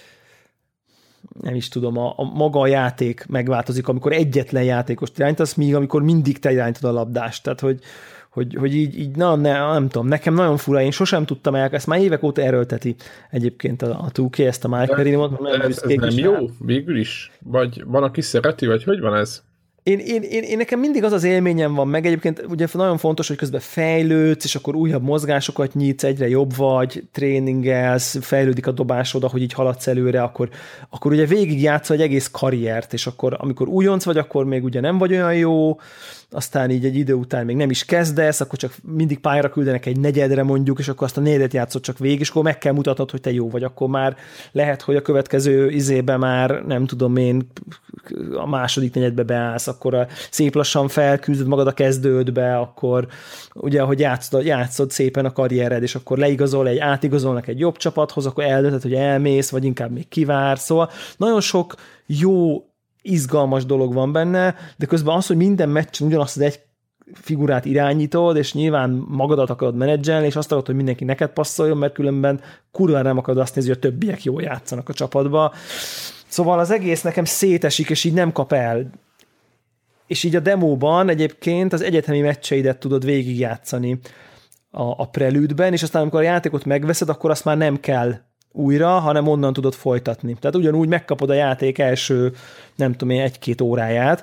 nem is tudom, a, a maga a játék megváltozik, amikor egyetlen játékost irányítasz, míg amikor mindig te irányítod a labdást. Tehát, hogy, hogy, hogy így, így na, ne, nem tudom, nekem nagyon fura, én sosem tudtam el, ezt már évek óta erőlteti egyébként a, a two K, ezt a Mike Carey-t. Ez, ez nem jó, rá. Végül is? Vagy van, aki szereti, vagy hogy van ez? Én, én, én, én nekem mindig az az élményem van meg, egyébként ugye nagyon fontos, hogy közben fejlődsz, és akkor újabb mozgásokat nyitsz, egyre jobb vagy, tréningelsz, fejlődik a dobásod, ahogy így haladsz előre, akkor, akkor ugye végigjátszol egy egész karriert, és akkor amikor újonc vagy, akkor még ugye nem vagy olyan jó, aztán így egy idő után még nem is kezdesz, akkor csak mindig pályára küldenek egy negyedre mondjuk, és akkor azt a negyedet játszod csak végig, és akkor meg kell mutatnod, hogy te jó vagy, akkor már lehet, hogy a következő izébe már, nem tudom én, a második negyedbe beállsz, akkor a szép lassan felküzdöd magad a kezdődbe, akkor ugye, ahogy játszod, játszod szépen a karriered, és akkor leigazol egy, átigazolnak egy jobb csapathoz, akkor eldöntöd, hogy elmész, vagy inkább még kivársz, szóval nagyon sok jó izgalmas dolog van benne, de közben az, hogy minden meccsen ugyanazt az egy figurát irányítod, és nyilván magadat akarod menedzselni, és azt akarod, hogy mindenki neked passzoljon, mert különben kurva nem akarod azt nézni, hogy a többiek jól játszanak a csapatba. Szóval az egész nekem szétesik, és így nem kap el. És így a demóban egyébként az egyetemi meccseidet tudod végigjátszani a, a prelűdben, és aztán amikor a játékot megveszed, akkor azt már nem kell újra, hanem onnan tudod folytatni. Tehát ugyanúgy megkapod a játék első, nem tudom én, egy-két óráját,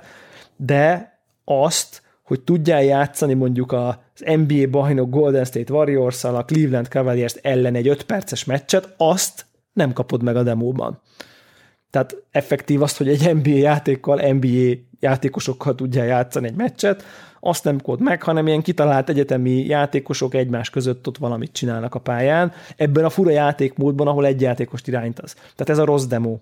de azt, hogy tudjál játszani mondjuk az en bé á bajnok Golden State Warriors-szal, a Cleveland Cavaliers ellen egy öt perces meccset, azt nem kapod meg a demóban. Tehát effektív azt, hogy egy en bé á játékkal, en bé á játékosokkal tudjál játszani egy meccset, azt nem kód meg, hanem ilyen kitalált egyetemi játékosok egymás között ott valamit csinálnak a pályán, ebben a fura játékmódban, ahol egy játékost irányítasz. Tehát ez a rossz demo.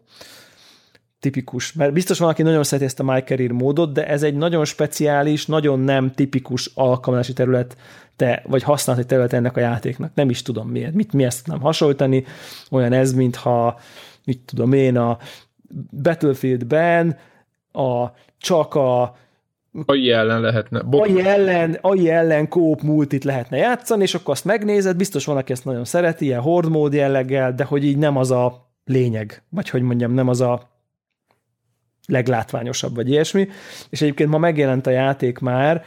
Tipikus. Mert biztos van, aki nagyon szereti ezt a My Career módot, de ez egy nagyon speciális, nagyon nem tipikus alkalmazási terület, te, vagy használati terület ennek a játéknak. Nem is tudom miért. Mit, mi ezt tudnám hasonlítani. Olyan ez, mintha, mit tudom én, a Battlefieldben a, csak a á i ellen lehetne. á i ellen, á i ellen kóp multit lehetne játszani, és akkor azt megnézed, biztos van, aki ezt nagyon szereti, ilyen horde mód jelleggel, de hogy így nem az a lényeg, vagy hogy mondjam, nem az a leglátványosabb, vagy ilyesmi. És egyébként ma megjelent a játék már,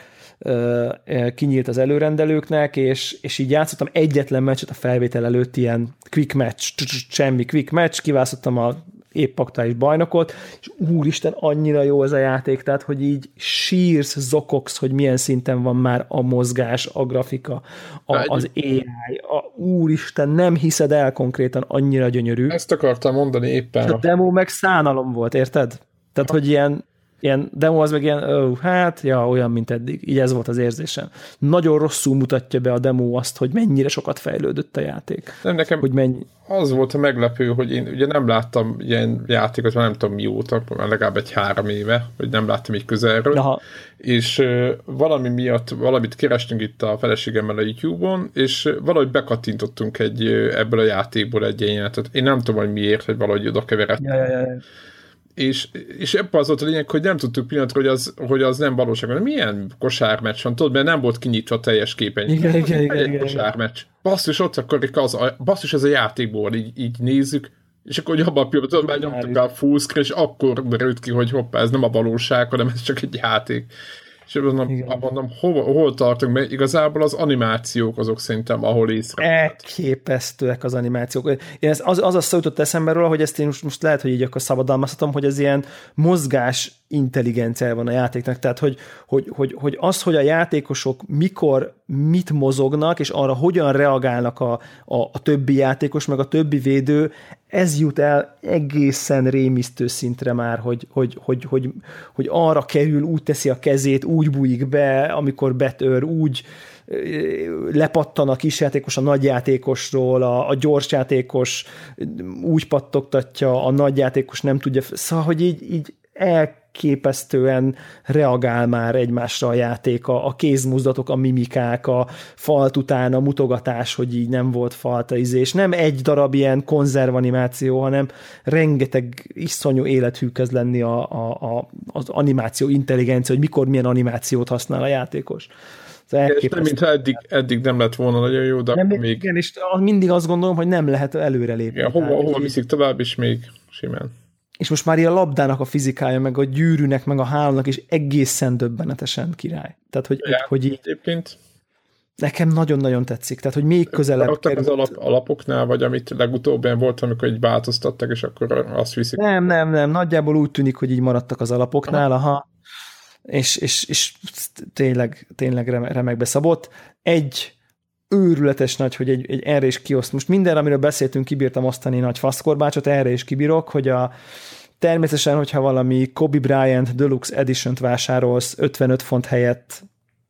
kinyílt az előrendelőknek, és, és így játszottam egyetlen meccset a felvétel előtt, ilyen quick match, semmi quick match, kiválasztottam a épp aktuális bajnokot, és úristen, annyira jó ez a játék, tehát, hogy így sírsz, zokogsz, hogy milyen szinten van már a mozgás, a grafika, a, az á i, a, úristen, nem hiszed el konkrétan, annyira gyönyörű. Ezt akartam mondani éppen. A demo meg szánalom volt, érted? Tehát, hogy ilyen, ilyen demo az meg ilyen, ó, hát, ja, olyan, mint eddig. Így ez volt az érzésem. Nagyon rosszul mutatja be a demo azt, hogy mennyire sokat fejlődött a játék. Nem, nekem hogy mennyi... az volt a meglepő, hogy én ugye nem láttam ilyen játékot, nem tudom mióta, legalább egy három éve, hogy nem láttam így közelről, aha. És uh, valami miatt valamit kerestünk itt a feleségemmel a YouTube-on, és valahogy bekattintottunk egy, ebből a játékból egy ilyen játékot. Én nem tudom, hogy miért, hogy valahogy oda keveredtem. Ja, ja, ja. És, és ebben az volt a lényeg, hogy nem tudtuk pillanatra, hogy az, hogy az nem valóság. Milyen kosármeccs van, tudod, mert nem volt kinyitva a teljes képen. Igen, igen, igen, igen, kosármeccs. Basszus, ott akkor az, basszus, ez a játékból, így, így nézzük, és akkor abban a pillanatban már nyomtuk a full screen, és akkor derült ki, hogy hoppá, ez nem a valóság, hanem ez csak egy játék. És mondom, mondom hol, hol tartunk, mert igazából az animációk azok szerintem, ahol észre. Elképesztőek az animációk. Én ez, az, az a szó jutott eszembe róla, hogy ezt én most, most lehet, hogy így akkor szabadalmazhatom, hogy ez ilyen mozgás intelligencia van a játéknak. Tehát, hogy, hogy, hogy, hogy az, hogy a játékosok mikor mit mozognak, és arra hogyan reagálnak a, a, a többi játékos, meg a többi védő, ez jut el egészen rémisztő szintre már, hogy, hogy, hogy, hogy, hogy arra kerül, úgy teszi a kezét, úgy bújik be, amikor betör, úgy lepattan a kisjátékos a nagyjátékosról, a, a gyorsjátékos úgy pattogtatja, a nagyjátékos nem tudja, szóval, hogy így, így elképesztően reagál már egymásra a játék, a, a kézmozdatok, a mimikák, a falt után a mutogatás, hogy így nem volt falta izé, és nem egy darab ilyen konzervanimáció, hanem rengeteg iszonyú élethű kezd lenni a, a, a, az animáció intelligencia, hogy mikor milyen animációt használ a játékos. És nem, mintha eddig, eddig nem lett volna nagyon jó, de nem, még... Igen, és mindig azt gondolom, hogy nem lehet előrelépni. Igen, hova, hova viszik tovább is még simán. És most már a labdának a fizikája, meg a gyűrűnek, meg a hálónak is egészen döbbenetesen király. Tehát, hogy, ja, hogy így... Egyébként... Nekem nagyon-nagyon tetszik, tehát, hogy még közelebb került. Az alap, alapoknál, vagy amit legutóbb volt, amikor így változtattak, és akkor azt viszik. Nem, nem, nem, nagyjából úgy tűnik, hogy így maradtak az alapoknál, aha, aha. És, és, és tényleg, tényleg remekbe szabott. Egy őrületes nagy, hogy egy, egy erre is kioszt. Most minden, amiről beszéltünk, kibírtam osztani nagy faszkorbácsot, erre is kibírok, hogy a természetesen, hogyha valami Kobe Bryant Deluxe Edition-t vásárolsz ötvenöt font helyett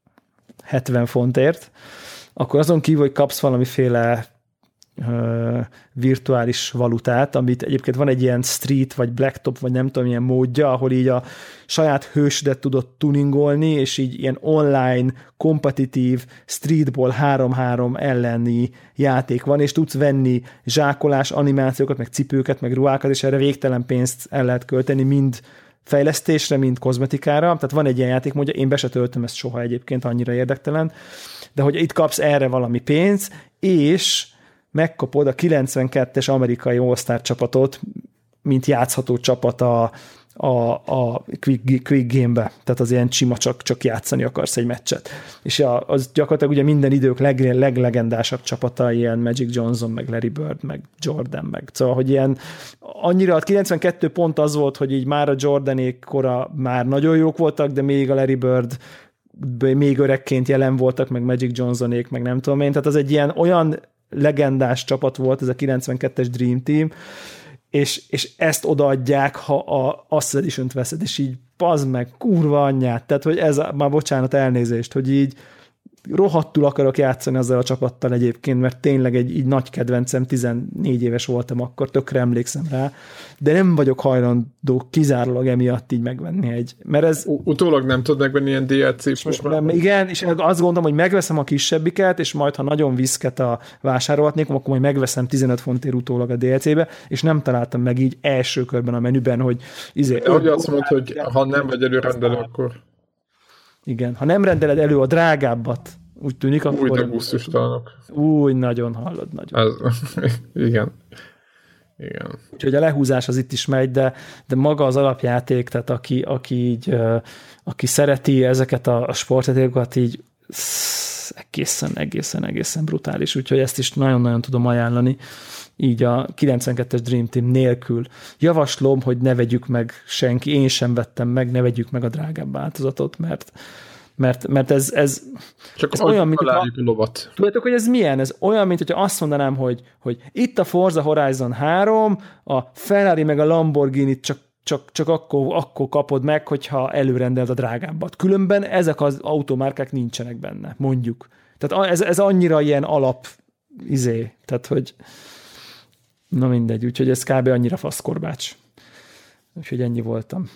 hetven fontért, akkor azon kívül, hogy kapsz valamiféle uh, virtuális valutát, amit egyébként van egy ilyen street, vagy blacktop, vagy nem tudom, ilyen módja, ahol így a saját hősödet tudod tuningolni, és így ilyen online, kompetitív streetball három három elleni játék van, és tudsz venni zsákolás, animációkat, meg cipőket, meg ruhákat, és erre végtelen pénzt el lehet költeni, mind fejlesztésre, mint kozmetikára, tehát van egy ilyen játékmódja, én be se töltöm ezt soha egyébként, annyira érdektelen, de hogy itt kapsz erre valami pénz, és megkapod a kilencvenkettes amerikai All-Star csapatot, mint játszható csapat a, a, a quick, quick game-be, tehát az ilyen csima, csak, csak játszani akarsz egy meccset. És a, az gyakorlatilag ugye minden idők leg, leglegendásabb csapata, ilyen Magic Johnson, meg Larry Bird, meg Jordan, meg szóval, hogy ilyen annyira a kilencvenkettő pont az volt, hogy így már a Jordanék kora már nagyon jók voltak, de még a Larry Bird még öregként jelen voltak, meg Magic Johnsonék, meg nem tudom én, tehát az egy ilyen olyan legendás csapat volt, ez a kilencvenkettes Dream Team, és, és ezt odaadják, ha a, azt az edition-t veszed, és így pazd meg, kurva anyját, tehát, hogy ez, a, már bocsánat, elnézést, hogy így rohadtul akarok játszani azzal a csapattal egyébként, mert tényleg egy így nagy kedvencem, tizennégy éves voltam akkor, tökre emlékszem rá, de nem vagyok hajlandó kizárólag emiatt így megvenni egy, mert ez... Utólag nem tud megvenni ilyen dé el cé most nem, igen, és azt gondolom, hogy megveszem a kisebbiket, és majd, ha nagyon viszket a vásárolhatnék, akkor majd megveszem tizenöt fontért utólag a dé el cébe, és nem találtam meg így első körben a menüben, hogy izé... Ahogy azt mondod, hogy ha nem vagy előrendelő, akkor... Igen, ha nem rendeled elő a drágábbat, úgy tűnik, akkor... Úgy, de gusztustalanok. Úgy, nagyon hallod, nagyon. Ez, igen. Igen. Úgyhogy a lehúzás az itt is megy, de, de maga az alapjáték, tehát aki, aki így, aki szereti ezeket a, a sportjátékokat, így egészen, egészen, egészen brutális, úgyhogy ezt is nagyon-nagyon tudom ajánlani, így a kilencvenkettes Dream Team nélkül. Javaslom, hogy ne vegyük meg senki, én sem vettem meg, ne vegyük meg a drágább változatot, mert mert, mert ez, ez, Csak ez olyan, mint a lovat. Tudjátok, hogy ez milyen? Ez olyan, mint hogyha azt mondanám, hogy, hogy itt a Forza Horizon három, a Ferrari meg a Lamborghini csak, csak, csak akkor, akkor kapod meg, hogyha előrendeld a drágábbat. Különben ezek az automárkák nincsenek benne, mondjuk. Tehát ez, ez annyira ilyen alap izé, tehát hogy na mindegy, úgyhogy ez kb. Annyira faszkorbács. Úgyhogy ennyi voltam.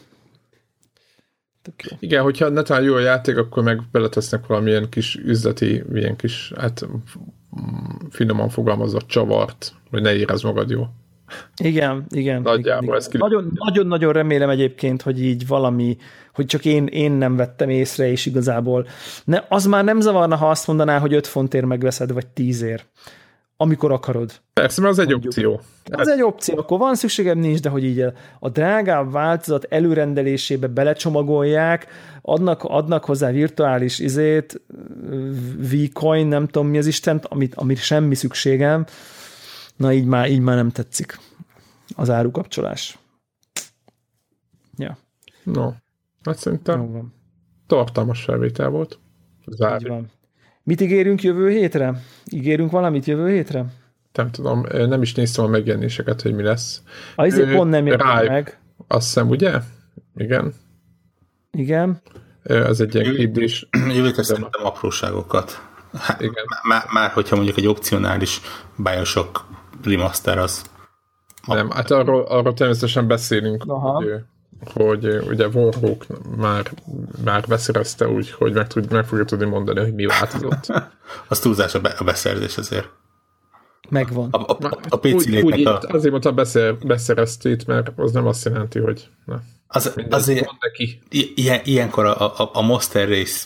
Igen, hogyha netán jó a játék, akkor meg beletesznek valamilyen kis üzleti, ilyen kis, hát finoman fogalmazott csavart, hogy ne érezd magad jó. Igen, igen. Nagyjából ez nagyon, nagyon-nagyon remélem egyébként, hogy így valami, hogy csak én, én nem vettem észre, és igazából ne, az már nem zavarna, ha azt mondaná, hogy öt fontért megveszed, vagy tízért. Amikor akarod. Persze, mert az egy mondjuk. Opció. Az egy opció, akkor van szükségem, nincs, de hogy így a drágább változat előrendelésébe belecsomagolják, adnak, adnak hozzá virtuális izét, V-coin, nem tudom mi az Istent, amit, amit semmi szükségem, na így már, így már nem tetszik az árukapcsolás. Ja. No, hát szerintem tartalmas felvétel volt. Így van. Mit ígérünk jövő hétre? Ígérünk valamit jövő hétre? Nem tudom, nem is néztem a megjelenéseket, hogy mi lesz. Azért pont nem jelent meg. Azt hiszem, ugye? Igen. Igen. Ez egy ilyen kérdés. Jövőtre szerintem apróságokat. Hát, igen. Már, már hogyha mondjuk egy opcionális Bioshock remaster az... Nem, hát arról, arról természetesen beszélünk, hogy, hogy ugye Warhawk már, már beszerezte úgy, hogy meg, tud, meg fogja tudni mondani, hogy mi változott. Az túlzás a, be, a beszerzés azért. Megvan. A, a, a, a pé cé úgy, úgy, a... Azért mondtam beszer, beszereztét, mert az nem azt jelenti, hogy na, az, azért neki. Ilyen, ilyenkor a, a, a Monster Race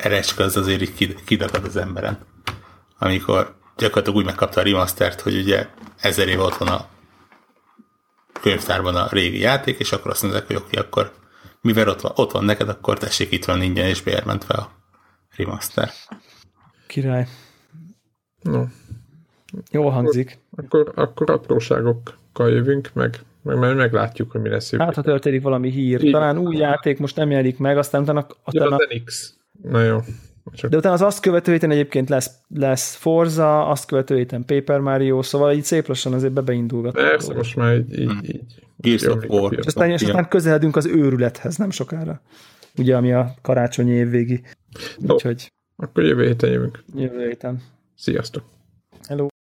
erecske az azért így kidakad az emberen. Amikor gyakorlatilag úgy megkapta a remastert, hogy ugye ezer év ott van a könyvtárban a régi játék, és akkor azt mondják, hogy oké, akkor mivel ott van, ott van neked, akkor tessék, itt van ingyen, és beérment fel a remaster. Király. No. Jól hangzik. Akkor, akkor apróságokkal jövünk, meg, meg, meg meglátjuk, hogy mi lesz. Hát, ha történik valami hír. Így. Talán új játék most nem jelenik meg, aztán utána... Ja, utána... az en iksz. Na jó. Csak... De utána az azt követő héten egyébként lesz, lesz Forza, azt követő héten Paper Mario, szóval így szép lassan azért bebeindulgat. Persze, most már így... így, így Gears of War. És aztán, és aztán közeledünk az őrülethez nem sokára. Ugye, ami a karácsonyi évvégi. No. Úgyhogy... Akkor jövő héten jövünk. Jövő héten. Sziasztok!